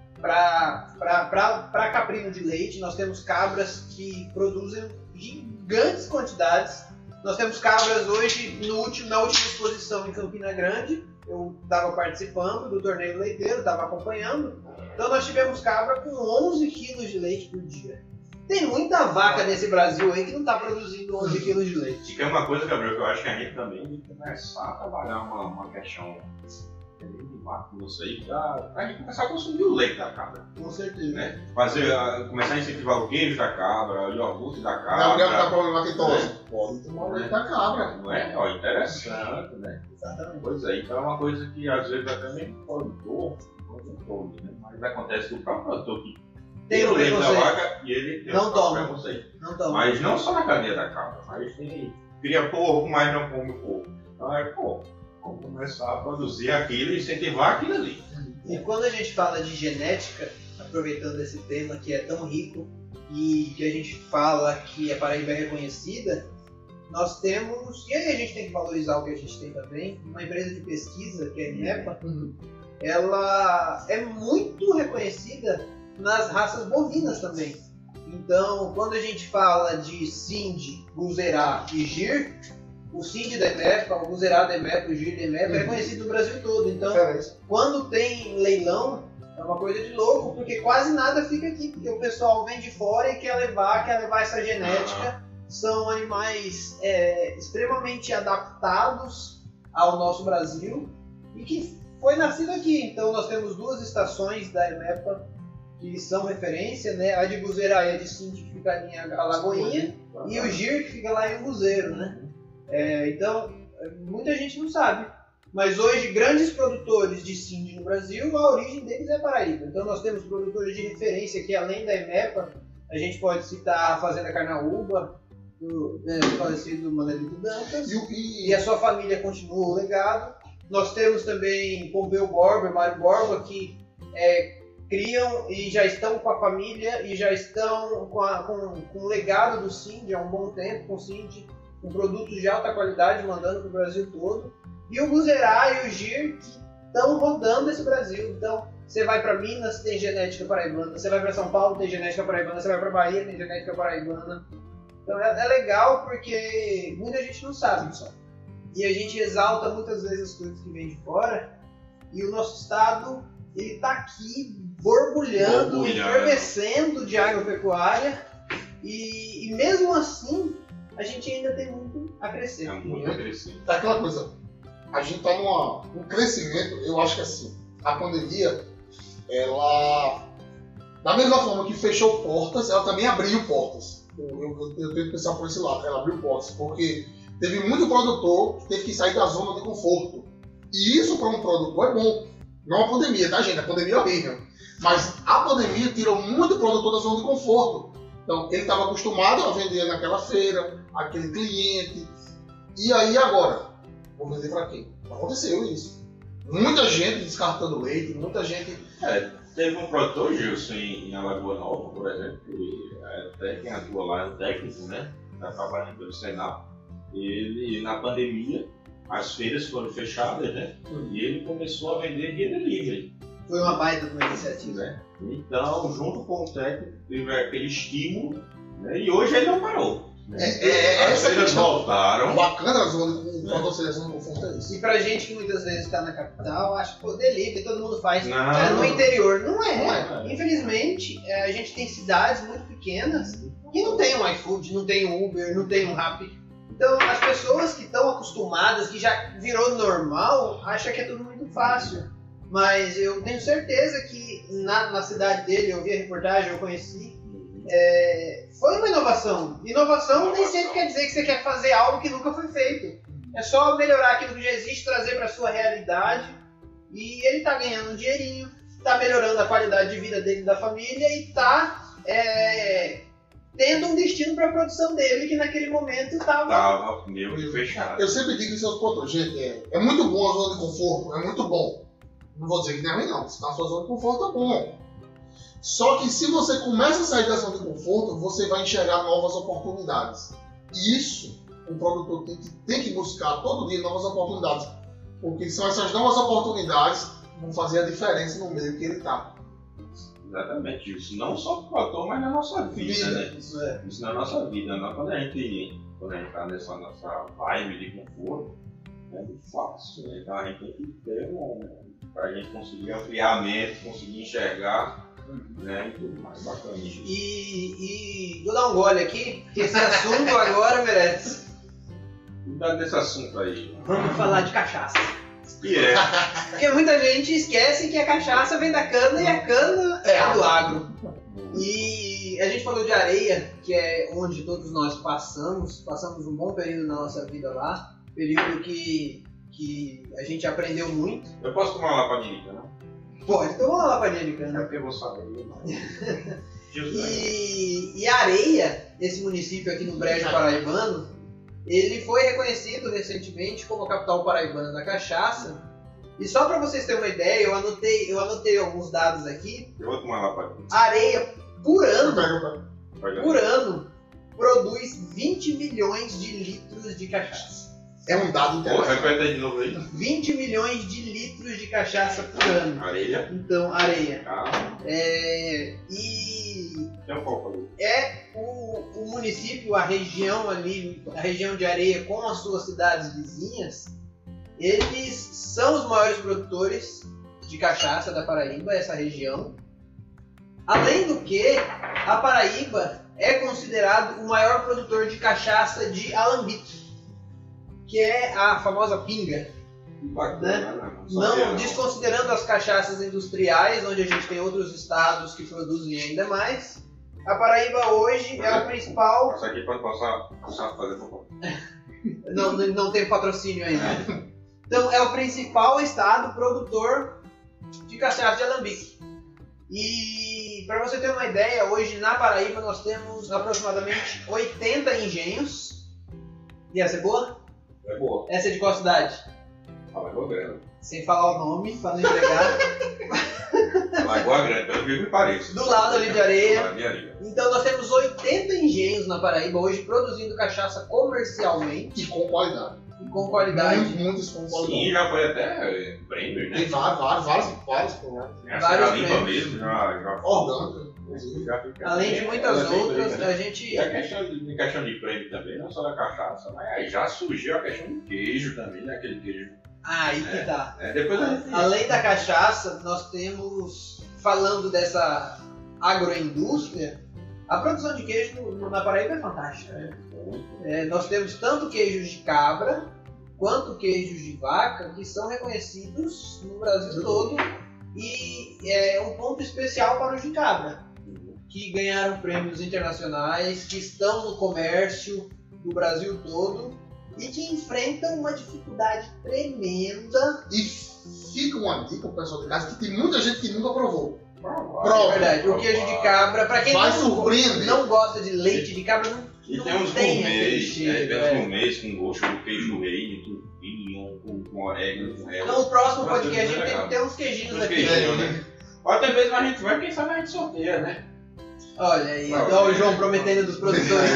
[SPEAKER 1] para caprino de leite. Nós temos cabras que produzem gigantes quantidades. Nós temos cabras hoje, no último, na última exposição em Campina Grande, eu estava participando do torneio leiteiro, estava acompanhando. Então nós tivemos cabra com onze quilos de leite por dia. Tem muita vaca nesse Brasil aí que não está produzindo onze quilos de leite.
[SPEAKER 3] E que é uma coisa, Gabriel, que eu acho que a gente também tem que começar a trabalhar uma, uma questão de marco, não sei, pra, pra gente começar a consumir o leite da cabra.
[SPEAKER 1] Com certeza.
[SPEAKER 3] Né? Fazer, a- começar a incentivar o queijo da cabra, o iogurte da
[SPEAKER 2] Gabriel tá
[SPEAKER 3] cabra.
[SPEAKER 2] problematitoso. Pode tomar o leite da cabra.
[SPEAKER 3] Não é? Ó, interessante, né?
[SPEAKER 1] Exatamente.
[SPEAKER 3] Pois é, então é uma coisa que às vezes até mesmo o produtor, não tem todo, né? Mas acontece que o próprio produtor que
[SPEAKER 1] Tem
[SPEAKER 3] tem
[SPEAKER 1] o
[SPEAKER 3] o leite da
[SPEAKER 1] preconceito.
[SPEAKER 3] vaca e ele tem
[SPEAKER 1] Não
[SPEAKER 3] o próprio
[SPEAKER 1] toma.
[SPEAKER 3] preconceito.
[SPEAKER 1] Não toma.
[SPEAKER 3] Mas não só na cadeia da cabra, mas tem cria porco, mas não come porco. Então é, pô, vamos começar a produzir aquilo e incentivar aquilo ali.
[SPEAKER 1] E quando a gente fala de genética, aproveitando esse tema que é tão rico e que a gente fala que a Paraíba é reconhecida, nós temos, e aí a gente tem que valorizar o que a gente tem também, uma empresa de pesquisa, que é a INEPA, ela é muito reconhecida nas raças bovinas também. Então, quando a gente fala de Sind, Guzerá e Gir, o Sind da INEPA, o Guzerá da INEPA, o Gir da INEPA é reconhecido no Brasil todo. Então,
[SPEAKER 2] Diferença.
[SPEAKER 1] quando tem leilão, é uma coisa de louco, porque quase nada fica aqui, porque o pessoal vem de fora e quer levar, quer levar essa genética. São animais é, extremamente adaptados ao nosso Brasil e que foi nascido aqui. Então nós temos duas estações da INEPA que são referência, né? A de Guzeraí, a de Sind, que fica ali em Alagoinha, e o Gir, que fica lá em Buzeiro, né? É, então, muita gente não sabe. Mas hoje, grandes produtores de Cindy no Brasil, a origem deles é Paraíba. Então nós temos produtores de referência que, além da EMEPA, a gente pode citar a Fazenda Carnaúba, do, né, do falecido Manelito Dantas,
[SPEAKER 2] E, e,
[SPEAKER 1] e a sua família continua o legado. Nós temos também Pompeu Borba e Mário Borba, que é, criam e já estão com a família e já estão com, a, com, com o legado do Cindy há um bom tempo, com o Cindy, com produtos de alta qualidade mandando para o Brasil todo. E o Buzerá e o Gir que estão rodando esse Brasil. Então, você vai para Minas, tem genética paraibana. Você vai para São Paulo, tem genética paraibana. Você vai para Bahia, tem genética paraibana. Então, é, é legal porque muita gente não sabe. E a gente exalta muitas vezes as coisas que vêm de fora. E o nosso estado, ele tá aqui borbulhando,
[SPEAKER 3] Borbulhando.
[SPEAKER 1] efervescendo de agropecuária. E, e mesmo assim, a gente ainda tem muito a crescer.
[SPEAKER 3] É muito agressivo.
[SPEAKER 2] é aquela coisa, a gente tá numa, num crescimento, eu acho que assim, a pandemia, ela, da mesma forma que fechou portas, ela também abriu portas. Eu, eu, eu tenho que pensar por esse lado, ela abriu portas, porque teve muito produtor que teve que sair da zona de conforto. E isso para um produtor é bom. Não a pandemia, tá, gente? A pandemia é horrível. Mas a pandemia tirou muito produtor da zona de conforto. Então, ele estava acostumado a vender naquela feira, aquele cliente. E aí, agora? Vou vender para quem? Aconteceu isso. Muita gente descartando leite, muita gente...
[SPEAKER 3] É, teve um produtor, Gilson, em, em Alagoa Nova, por exemplo, que até quem atua lá é um técnico, né? Está trabalhando pelo Senado. Ele, na pandemia, as feiras foram fechadas, né? E ele começou a vender via delivery.
[SPEAKER 1] Foi uma baita de uma iniciativa.
[SPEAKER 3] Né? Então, junto com o técnico, teve aquele estímulo, né? E hoje ele não parou. Né?
[SPEAKER 2] É, é,
[SPEAKER 3] As
[SPEAKER 2] essa
[SPEAKER 3] feiras
[SPEAKER 2] questão.
[SPEAKER 3] voltaram.
[SPEAKER 2] Bacana a zona de quando você a zona de conforto é isso.
[SPEAKER 1] E pra gente que muitas vezes está na capital, acha que pô, delivery, todo mundo faz.
[SPEAKER 3] Não.
[SPEAKER 1] Cara, no interior não é.
[SPEAKER 3] Não é.
[SPEAKER 1] Infelizmente, é, a gente tem cidades muito pequenas que não tem um iFood, não tem um Uber, não tem um Rappi. Então, as pessoas que estão acostumadas, que já virou normal, acham que é tudo muito fácil. Mas eu tenho certeza que na, na cidade dele, eu vi a reportagem, eu conheci, é, foi uma inovação. Inovação nem sempre quer dizer que você quer fazer algo que nunca foi feito. É só melhorar aquilo que já existe, trazer para a sua realidade. E ele está ganhando um dinheirinho, está melhorando a qualidade de vida dele e da família e está é, tendo um destino para a produção dele que naquele momento estava...
[SPEAKER 3] Tava meio que fechado.
[SPEAKER 2] Eu sempre digo isso aos produtores, gente, é, é muito bom a zona de conforto, é muito bom. Não vou dizer que não é ruim não, se tá na sua zona de conforto é bom. Só que se você começa a sair da zona de conforto, você vai enxergar novas oportunidades. E isso, o produtor tem que, tem que buscar todo dia novas oportunidades. Porque são essas novas oportunidades que vão fazer a diferença no meio que ele está.
[SPEAKER 3] Exatamente isso. Não só para o produtor, mas na nossa vida,
[SPEAKER 2] Vida,
[SPEAKER 3] né?
[SPEAKER 1] Isso é.
[SPEAKER 3] Isso na nossa vida, né? Quando a gente quando a gente está nessa nossa vibe de conforto, é muito fácil, né? Então a gente tem que ter um, para a gente conseguir ampliar a mente, conseguir enxergar, né? E tudo mais bacana.
[SPEAKER 1] E, e vou dar um gole aqui, porque esse assunto agora merece.
[SPEAKER 3] Cuidado desse assunto aí.
[SPEAKER 1] Vamos falar de cachaça.
[SPEAKER 3] Que é.
[SPEAKER 1] Porque muita gente esquece que a cachaça vem da cana e a cana é a do agro. E a gente falou de areia, que é onde todos nós passamos, passamos um bom período na nossa vida lá, período que, que a gente aprendeu muito.
[SPEAKER 3] Eu posso tomar uma lapadinha, não?
[SPEAKER 1] Pode tomar uma lapadinha de
[SPEAKER 3] É
[SPEAKER 1] cana.
[SPEAKER 3] porque eu vou saber.
[SPEAKER 1] E, e Areia, esse município aqui no Brejo Paraibano, ele foi reconhecido recentemente como a capital paraibana da cachaça. E só para vocês terem uma ideia, eu anotei, eu anotei alguns dados aqui.
[SPEAKER 3] Eu vou tomar uma lapadinha.
[SPEAKER 1] Areia, por ano,
[SPEAKER 3] Pode
[SPEAKER 1] por ano, produz vinte milhões de litros de cachaça.
[SPEAKER 2] É um dado
[SPEAKER 3] Pô,
[SPEAKER 2] interessante.
[SPEAKER 3] repete aí de novo aí.
[SPEAKER 1] vinte milhões de litros de cachaça por ano.
[SPEAKER 3] Areia.
[SPEAKER 1] Então, Areia.
[SPEAKER 3] Ah,
[SPEAKER 1] É, e
[SPEAKER 3] tem um pouco ali.
[SPEAKER 1] é o, o município, a região ali, a região de Areia com as suas cidades vizinhas, eles são os maiores produtores de cachaça da Paraíba, essa região. Além do que, a Paraíba é considerado o maior produtor de cachaça de alambique, que é a famosa pinga.
[SPEAKER 3] Bacana, né?
[SPEAKER 1] Não desconsiderando as cachaças industriais, onde a gente tem outros estados que produzem ainda mais. A Paraíba hoje é o principal.
[SPEAKER 3] Isso aqui pode passar, passar fazer fofoca.
[SPEAKER 1] Não, não tem patrocínio ainda. Então é o principal estado produtor de cachaça de alambique. E para você ter uma ideia, hoje na Paraíba nós temos aproximadamente oitenta engenhos. E essa é boa?
[SPEAKER 3] É boa.
[SPEAKER 1] Essa é de qual cidade?
[SPEAKER 3] Lagoa Grande.
[SPEAKER 1] Sem falar o nome, para não entregar.
[SPEAKER 3] Lagoa Grande, pelo que me parece.
[SPEAKER 1] Do lado ali de areia.
[SPEAKER 3] De areia.
[SPEAKER 1] Então nós temos oitenta engenhos na Paraíba hoje produzindo cachaça comercialmente.
[SPEAKER 2] E com qualidade.
[SPEAKER 1] E com qualidade.
[SPEAKER 2] Muito, muitos com qualidade.
[SPEAKER 3] Sim, já foi até prêmio, né?
[SPEAKER 2] Tem vários, vários, vários, vários, vários.
[SPEAKER 3] Essa
[SPEAKER 1] vários
[SPEAKER 3] já limpa
[SPEAKER 1] prêmios.
[SPEAKER 3] mesmo, já... já
[SPEAKER 2] Orgânico, inclusive.
[SPEAKER 3] já fica-
[SPEAKER 1] Além de muitas
[SPEAKER 3] Ela é bem
[SPEAKER 1] outras,
[SPEAKER 3] prêmio, né?
[SPEAKER 1] a gente.
[SPEAKER 3] E a questão de, questão de prêmio também, não só da cachaça, mas aí já surgiu a questão do queijo também, né? Aquele queijo.
[SPEAKER 1] Ah, aí que tá.
[SPEAKER 3] É, depois a gente...
[SPEAKER 1] Além da cachaça, nós temos, falando dessa agroindústria, a produção de queijo no- na Paraíba é fantástica. né? É, nós temos tanto queijos de cabra quanto queijos de vaca que são reconhecidos no Brasil todo e é um ponto especial para os de cabra, que ganharam prêmios internacionais, que estão no comércio do Brasil todo e que enfrentam uma dificuldade tremenda.
[SPEAKER 2] E fica uma dica pro pessoal de casa que tem muita gente que nunca provou.
[SPEAKER 1] É
[SPEAKER 2] Prova.
[SPEAKER 1] verdade, o queijo de cabra, para quem
[SPEAKER 2] Vai
[SPEAKER 1] não,
[SPEAKER 2] surpreender.
[SPEAKER 1] não gosta de leite de cabra, não,
[SPEAKER 3] E
[SPEAKER 1] não
[SPEAKER 3] tem uns
[SPEAKER 1] tem aquele
[SPEAKER 3] gourmets,
[SPEAKER 1] cheiro,
[SPEAKER 3] né? Tem uns
[SPEAKER 1] é.
[SPEAKER 3] gourmets com gosto do queijo rei, com vinho, com, com orégano, com réu.
[SPEAKER 1] Então, o próximo
[SPEAKER 3] Mas
[SPEAKER 1] podcast a
[SPEAKER 3] tudo
[SPEAKER 1] gente tem
[SPEAKER 3] legal.
[SPEAKER 1] que ter uns queijinhos
[SPEAKER 3] Uns
[SPEAKER 1] aqui.
[SPEAKER 3] queijinhos, né? Ou até mesmo a gente vai, quem sabe a gente sorteia, né?
[SPEAKER 1] Olha aí,
[SPEAKER 3] Não,
[SPEAKER 1] ó, o João prometendo dos produtores.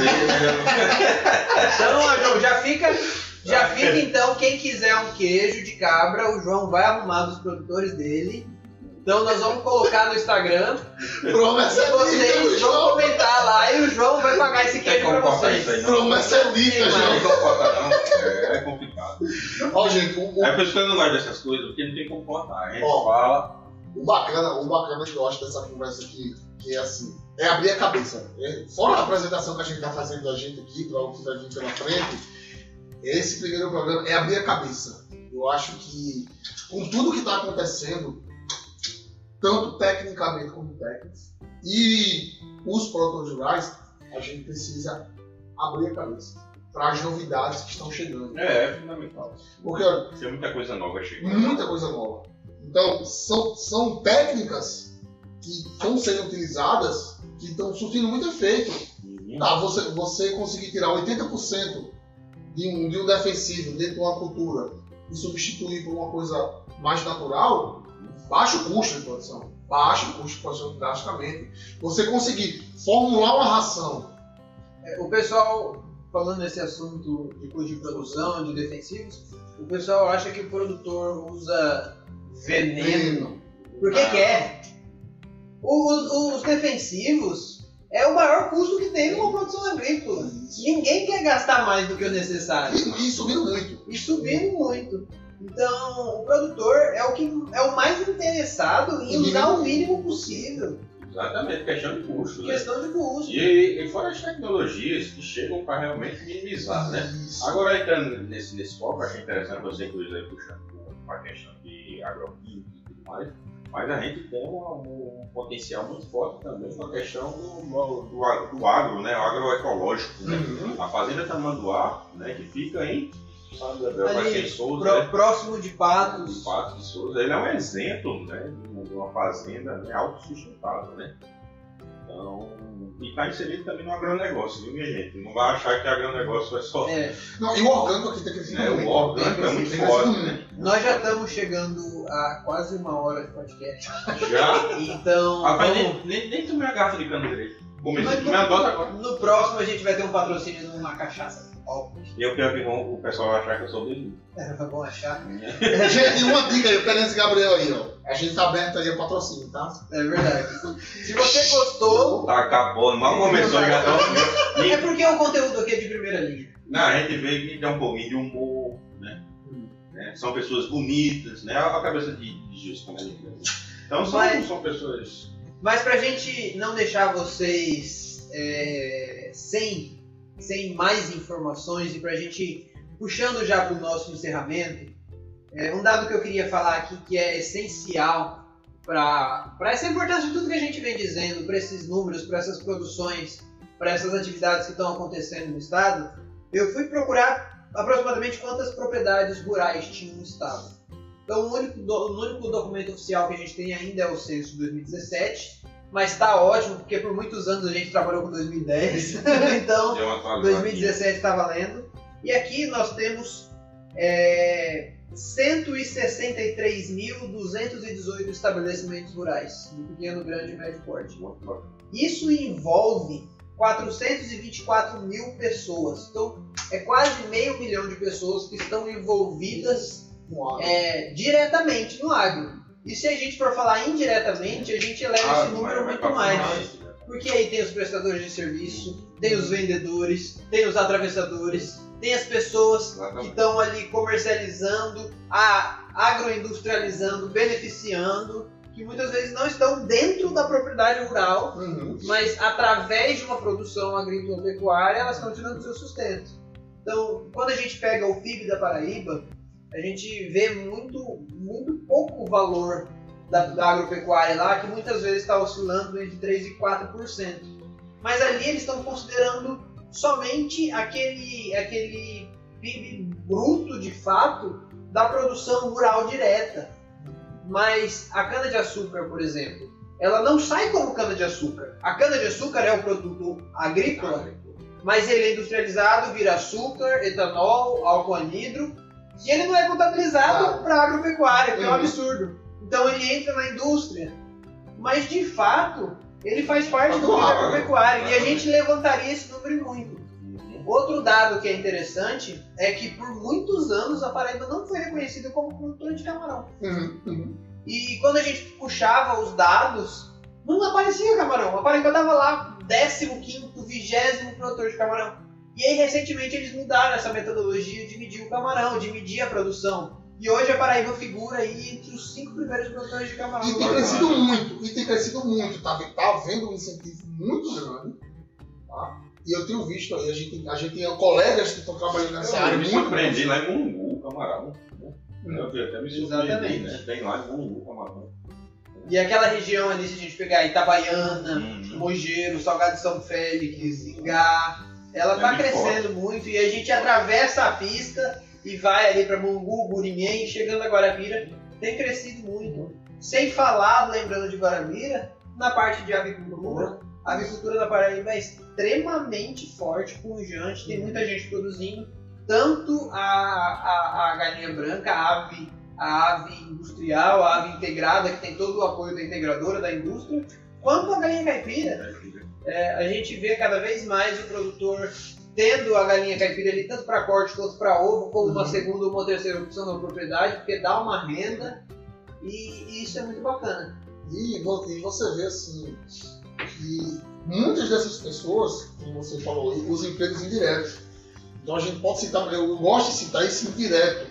[SPEAKER 1] Então, ó, João, já fica, já fica então, quem quiser um queijo de cabra, o João vai arrumar dos produtores dele. Então nós vamos colocar no Instagram
[SPEAKER 2] Promessa
[SPEAKER 1] e
[SPEAKER 2] é dica,
[SPEAKER 1] vocês vão
[SPEAKER 2] João.
[SPEAKER 1] comentar lá e o João vai pagar esse
[SPEAKER 3] Tem
[SPEAKER 1] queijo
[SPEAKER 3] como
[SPEAKER 1] pra
[SPEAKER 3] cortar
[SPEAKER 1] vocês.
[SPEAKER 3] isso aí, não?
[SPEAKER 2] Promessa é dica,
[SPEAKER 1] Sim,
[SPEAKER 2] João.
[SPEAKER 3] Não tem como cortar, não. É, é complicado.
[SPEAKER 2] Ó, gente, o, o,
[SPEAKER 3] É por isso que eu não gosto dessas coisas, porque não tem como cortar. A gente
[SPEAKER 2] Ó.
[SPEAKER 3] fala.
[SPEAKER 2] o bacana, o bacana que eu acho dessa conversa aqui, que é assim, é abrir a cabeça. É, fora a apresentação que a gente está fazendo da gente aqui, para o que vai vir pela frente, esse primeiro programa é abrir a cabeça. Eu acho que, com tudo que está acontecendo, tanto tecnicamente como técnicos, e os produtores rurais, a gente precisa abrir a cabeça para as novidades que estão chegando.
[SPEAKER 3] É, é fundamental.
[SPEAKER 2] Porque, olha,
[SPEAKER 3] Tem muita coisa nova chegando.
[SPEAKER 2] muita coisa nova. Então, são, são técnicas que estão sendo utilizadas que estão surtindo muito efeito.
[SPEAKER 3] Uhum.
[SPEAKER 2] Tá, você, você conseguir tirar oitenta por cento de um, de um defensivo dentro de uma cultura e substituir por uma coisa mais natural, baixa o custo de produção. Baixa o custo de produção drasticamente. Você conseguir formular uma ração.
[SPEAKER 1] O pessoal, falando nesse assunto de custo de produção, de defensivos, o pessoal acha que o produtor usa veneno. Por que quer? Os, os defensivos é o maior custo que tem numa produção agrícola. Ninguém quer gastar mais do que o necessário.
[SPEAKER 2] E, e subindo muito.
[SPEAKER 1] E subindo muito. Então, o produtor é o, que, é o mais interessado em usar o mínimo possível.
[SPEAKER 3] Exatamente, questão de custo. Né?
[SPEAKER 1] Questão de custo.
[SPEAKER 3] E, e fora as tecnologias que chegam para realmente minimizar, né?
[SPEAKER 2] Isso.
[SPEAKER 3] Agora, entrando nesse, nesse foco, achei interessante você, inclusive, puxando para a questão de agroquímica e tudo mais, mas a gente tem um, um potencial muito forte também com a questão do, do, do, agro- do agro, né? O agroecológico, né?
[SPEAKER 2] Uhum.
[SPEAKER 3] A Fazenda Tamanduá, né? Que fica em São Gabriel,
[SPEAKER 1] Ali,
[SPEAKER 3] Marquês Souza,
[SPEAKER 1] Pró-
[SPEAKER 3] né?
[SPEAKER 1] próximo de
[SPEAKER 3] De
[SPEAKER 1] Patos.
[SPEAKER 3] Patos de Souza, ele é um exemplo, né, de uma fazenda, né, autossustentável, né? Então, e está inserido também no agronegócio, viu, minha gente? Não vai achar que agronegócio é só...
[SPEAKER 1] É,
[SPEAKER 2] Não, e o orgânico aqui tem crescido
[SPEAKER 3] né,
[SPEAKER 2] muito.
[SPEAKER 3] o orgânico é muito
[SPEAKER 2] Tem
[SPEAKER 3] forte,
[SPEAKER 2] crescido
[SPEAKER 3] né?
[SPEAKER 1] nós já estamos chegando a quase uma hora de podcast.
[SPEAKER 3] Já...
[SPEAKER 1] Então,
[SPEAKER 3] Rapaz,
[SPEAKER 1] vamos-
[SPEAKER 3] nem, nem, nem tomei a garrafa de cano direito. Comecei a
[SPEAKER 1] Mas
[SPEAKER 3] tomar a dose agora.
[SPEAKER 1] no próximo a gente vai ter um patrocínio numa cachaça. Óbvio.
[SPEAKER 3] E eu quero que vão- o pessoal vai achar que eu sou dele.
[SPEAKER 1] É, vão achar.
[SPEAKER 2] Gente, uma dica aí, o Terence Gabriel aí, ó. A gente tá aberto aí a patrocínio, tá?
[SPEAKER 1] É verdade. Se você gostou,
[SPEAKER 3] Tá acabando, mal começou e já tá...
[SPEAKER 1] é porque o conteúdo aqui é de primeira linha.
[SPEAKER 3] Não, a gente veio que tem um pouquinho de humor, né? né? São pessoas bonitas, né? A cabeça de, de Gilson, como a gente diz. Então são,
[SPEAKER 1] Mas-
[SPEAKER 3] são pessoas...
[SPEAKER 1] Mas pra gente não deixar vocês é, sem, sem mais informações e pra gente puxando já pro nosso encerramento, é, um dado que eu queria falar aqui que é essencial para essa importância de tudo que a gente vem dizendo, para esses números, para essas produções, para essas atividades que estão acontecendo no estado, eu fui procurar aproximadamente quantas propriedades rurais tinha no estado. Então, o único, do, o único documento oficial que a gente tem ainda é o censo de dois mil e dezessete, mas está ótimo, porque por muitos anos a gente trabalhou com dois mil e dez, então dois mil e dezessete está valendo. E aqui nós temos é, cento e sessenta e três mil duzentos e dezoito estabelecimentos rurais, de pequeno, grande e médio porte. Isso envolve quatrocentos e vinte e quatro mil pessoas. Então, é quase meio milhão de pessoas que estão envolvidas é, diretamente no agro. E se a gente for falar indiretamente, a gente eleva ah, esse número muito mais. mais. Porque aí tem os prestadores de serviço, tem os vendedores, tem os atravessadores, tem as pessoas que estão ali comercializando, a, agroindustrializando, beneficiando, que muitas vezes não estão dentro da propriedade rural, uhum. mas através de uma produção agrícola pecuária, elas estão tirando seu sustento. Então, quando a gente pega o F I B da Paraíba, a gente vê muito, muito pouco valor da, da agropecuária lá, que muitas vezes está oscilando entre três por cento e quatro por cento. Mas ali eles estão considerando somente aquele, aquele P I B bruto, de fato, da produção rural direta. Mas a cana-de-açúcar, por exemplo, ela não sai como cana-de-açúcar. A cana-de-açúcar é um produto agrícola, mas ele é industrializado, vira açúcar, etanol, álcool anidro, e ele não é contabilizado ah. para a agropecuária, que uhum. é um absurdo. Então ele entra na indústria, mas de fato ele faz parte do mundo agropecuário, e a gente levantaria esse número muito. Outro dado que é interessante é que por muitos anos a Paraíba não foi reconhecida como produtora de camarão. Uhum, uhum. E quando a gente puxava os dados, não aparecia camarão. A Paraíba estava lá décimo quinto, vigésimo produtor de camarão. E aí recentemente eles mudaram essa metodologia de medir o camarão, de medir a produção. E hoje a Paraíba figura aí entre os cinco primeiros produtores de camarão.
[SPEAKER 2] E tem crescido muito, e tem crescido muito. Tá, tá havendo um incentivo muito grande, tá? E eu tenho visto aí, a gente, a gente tem colegas que estão trabalhando nessa eu área. Eu me
[SPEAKER 3] surpreendi lá em Mungu, o camarão. Né? Hum. Eu até me surpreendi, né? Tem lá em Mungu, o camarão.
[SPEAKER 1] E aquela região ali, se a gente pegar Itabaiana, hum. Mogeiro, Salgado de São Félix, Ingá, ela está é crescendo forte. muito, e a gente atravessa a pista e vai ali para Mungu, Burimém, chegando a Guarabira, tem crescido muito. Sem falar, lembrando de Guarabira, na parte de avicultura, a avicultura da Paraíba é extremamente forte, pujante, tem muita gente produzindo, tanto a, a, a galinha branca, a ave, a ave industrial, a ave integrada, que tem todo o apoio da integradora da indústria, quanto a galinha caipira. É, a gente vê cada vez mais o produtor tendo a galinha caipira ali, tanto para corte quanto para ovo, como uma segunda ou uma terceira opção na propriedade, porque dá uma renda, e, e isso é muito bacana.
[SPEAKER 2] E, e você vê assim, que muitas dessas pessoas, como você falou, os empregos indiretos. Então a gente pode citar, eu gosto de citar esse indireto,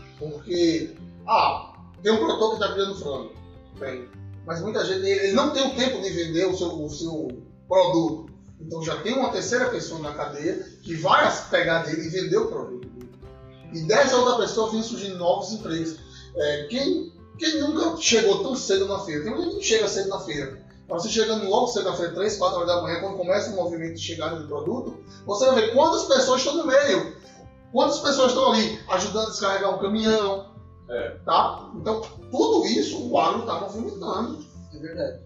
[SPEAKER 2] porque, ah, tem um produtor que está criando frango, bem, mas muita gente, ele não tem o tempo de vender o seu, o seu produto. Então já tem uma terceira pessoa na cadeia que vai pegar dele e vender o produto dele. E dessa outra pessoa vem surgindo novos empregos. É, quem, quem nunca chegou tão cedo na feira? Tem muita gente que chega cedo na feira. Mas você chegando logo cedo na feira, três, quatro horas da manhã, quando começa o movimento de chegada do produto, você vai ver quantas pessoas estão no meio. Quantas pessoas estão ali ajudando a descarregar um caminhão. É. Tá? Então, tudo isso o agro está movimentando.
[SPEAKER 1] É verdade.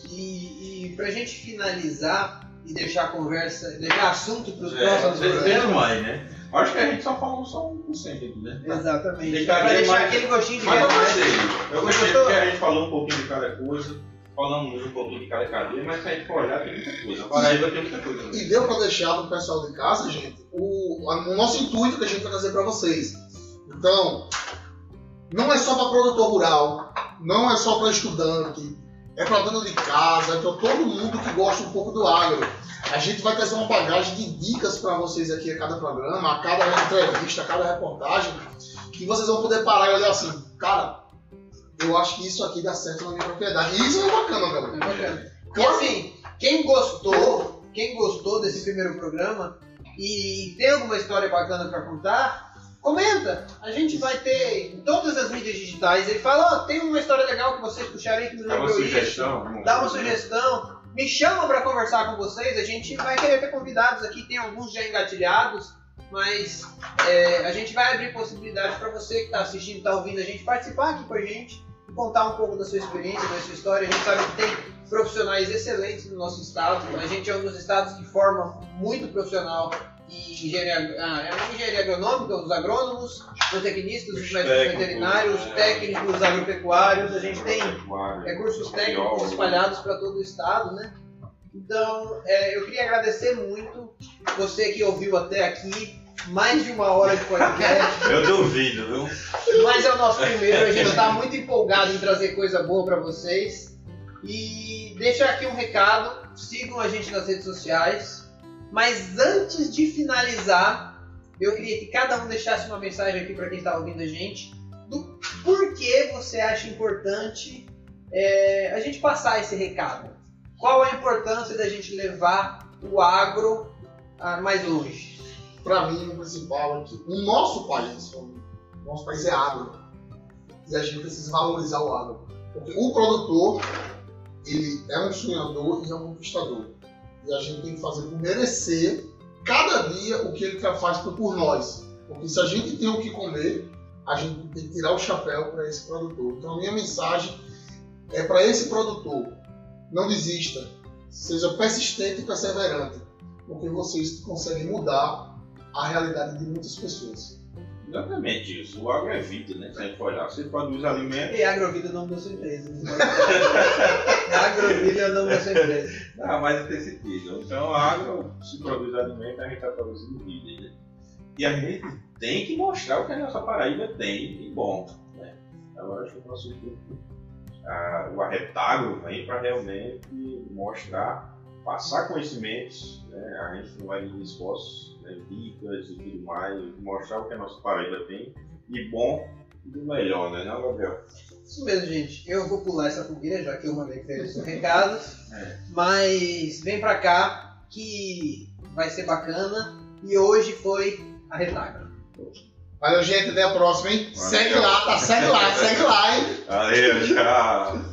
[SPEAKER 1] E, e pra gente finalizar e deixar a conversa, deixar assunto para os
[SPEAKER 3] é,
[SPEAKER 1] próximos programas.
[SPEAKER 3] Mais, né? Acho que a gente só falou só um por cento aqui, né?
[SPEAKER 1] Exatamente. Para deixar mais... aquele gostinho de
[SPEAKER 3] mas eu gostei. Eu gostei porque a gente falou um pouquinho de cada coisa, falamos um pouquinho de cada cadeia, mas se a gente for olhar, tem muita coisa. A Paraíba tem muita coisa. Né?
[SPEAKER 2] E deu para deixar para o pessoal de casa, gente, o, o nosso intuito que a gente vai trazer para vocês. Então, não é só para produtor rural, não é só para estudante, é para dono de casa, é para todo mundo que gosta um pouco do agro. A gente vai trazer uma bagagem de dicas para vocês aqui a cada programa, a cada entrevista, a cada reportagem, que vocês vão poder parar e olhar assim, cara, eu acho que isso aqui dá certo na minha propriedade. E isso é bacana, galera.
[SPEAKER 1] É bacana. E assim, quem gostou, quem gostou desse primeiro programa e tem alguma história bacana para contar, comenta. A gente vai ter em todas as mídias digitais. Ele fala, ó, oh, tem uma história legal que vocês puxaram aí que me lembrou isso. Dá uma sugestão. Dá uma sugestão. Me chama para conversar com vocês. A gente vai querer ter convidados aqui. Tem alguns já engatilhados. mas é, a gente vai abrir possibilidade para você que está assistindo, está ouvindo a gente, participar aqui com a gente e contar um pouco da sua experiência, da sua história. A gente sabe que tem profissionais excelentes no nosso estado, a gente é um dos estados que forma muito profissional em engenharia, ah, é engenharia agronômica, os agrônomos, os tecnistas, os médicos veterinários, os técnicos agropecuários, a gente tem recursos técnicos espalhados para todo o estado, né? Então, é, eu queria agradecer muito você que ouviu até aqui, mais de uma hora de podcast.
[SPEAKER 3] Eu duvido, viu?
[SPEAKER 1] Mas é o nosso primeiro, a gente está muito empolgado em trazer coisa boa para vocês. E deixa aqui um recado, sigam a gente nas redes sociais. Mas antes de finalizar, eu queria que cada um deixasse uma mensagem aqui para quem está ouvindo a gente, do porquê você acha importante é, a gente passar esse recado. Qual a importância da gente levar o agro ah, mais longe?
[SPEAKER 2] Para mim, o principal é que o nosso país, o nosso país é agro, e a gente precisa valorizar o agro. Porque o produtor, ele é um sonhador e é um conquistador. E a gente tem que fazer por merecer cada dia o que ele faz por nós. Porque se a gente tem o que comer, a gente tem que tirar o chapéu para esse produtor. Então a minha mensagem é para esse produtor: não desista, seja persistente e perseverante, porque vocês conseguem mudar a realidade de muitas pessoas.
[SPEAKER 3] Exatamente isso. O agro é vida, né? Se a gente for olhar, você produz alimentos.
[SPEAKER 1] E Agrovida é o nome da sua empresa. Agrovida é o nome da sua empresa.
[SPEAKER 3] Não, mas tem sentido. Então, agro, se produz alimento, a gente está produzindo vida, né? E a gente tem que mostrar o que a nossa Paraíba tem de bom, né? Agora, acho que o nosso grupo, a, o Arretagro, vem para realmente mostrar, passar conhecimentos, né? A gente não vai de esforços, né? Dicas e tudo mais, mostrar o que a nossa Paraíba tem de bom e do melhor, né, não, Gabriel?
[SPEAKER 1] Isso mesmo, gente. Eu vou pular essa fogueira, já que eu mandei que os recados. É. Mas vem pra cá que vai ser bacana. E hoje foi Arretagro.
[SPEAKER 2] Valeu, gente. Até a próxima, hein? Valeu. Segue lá, tá? Segue lá, segue lá, hein?
[SPEAKER 3] Valeu, tchau.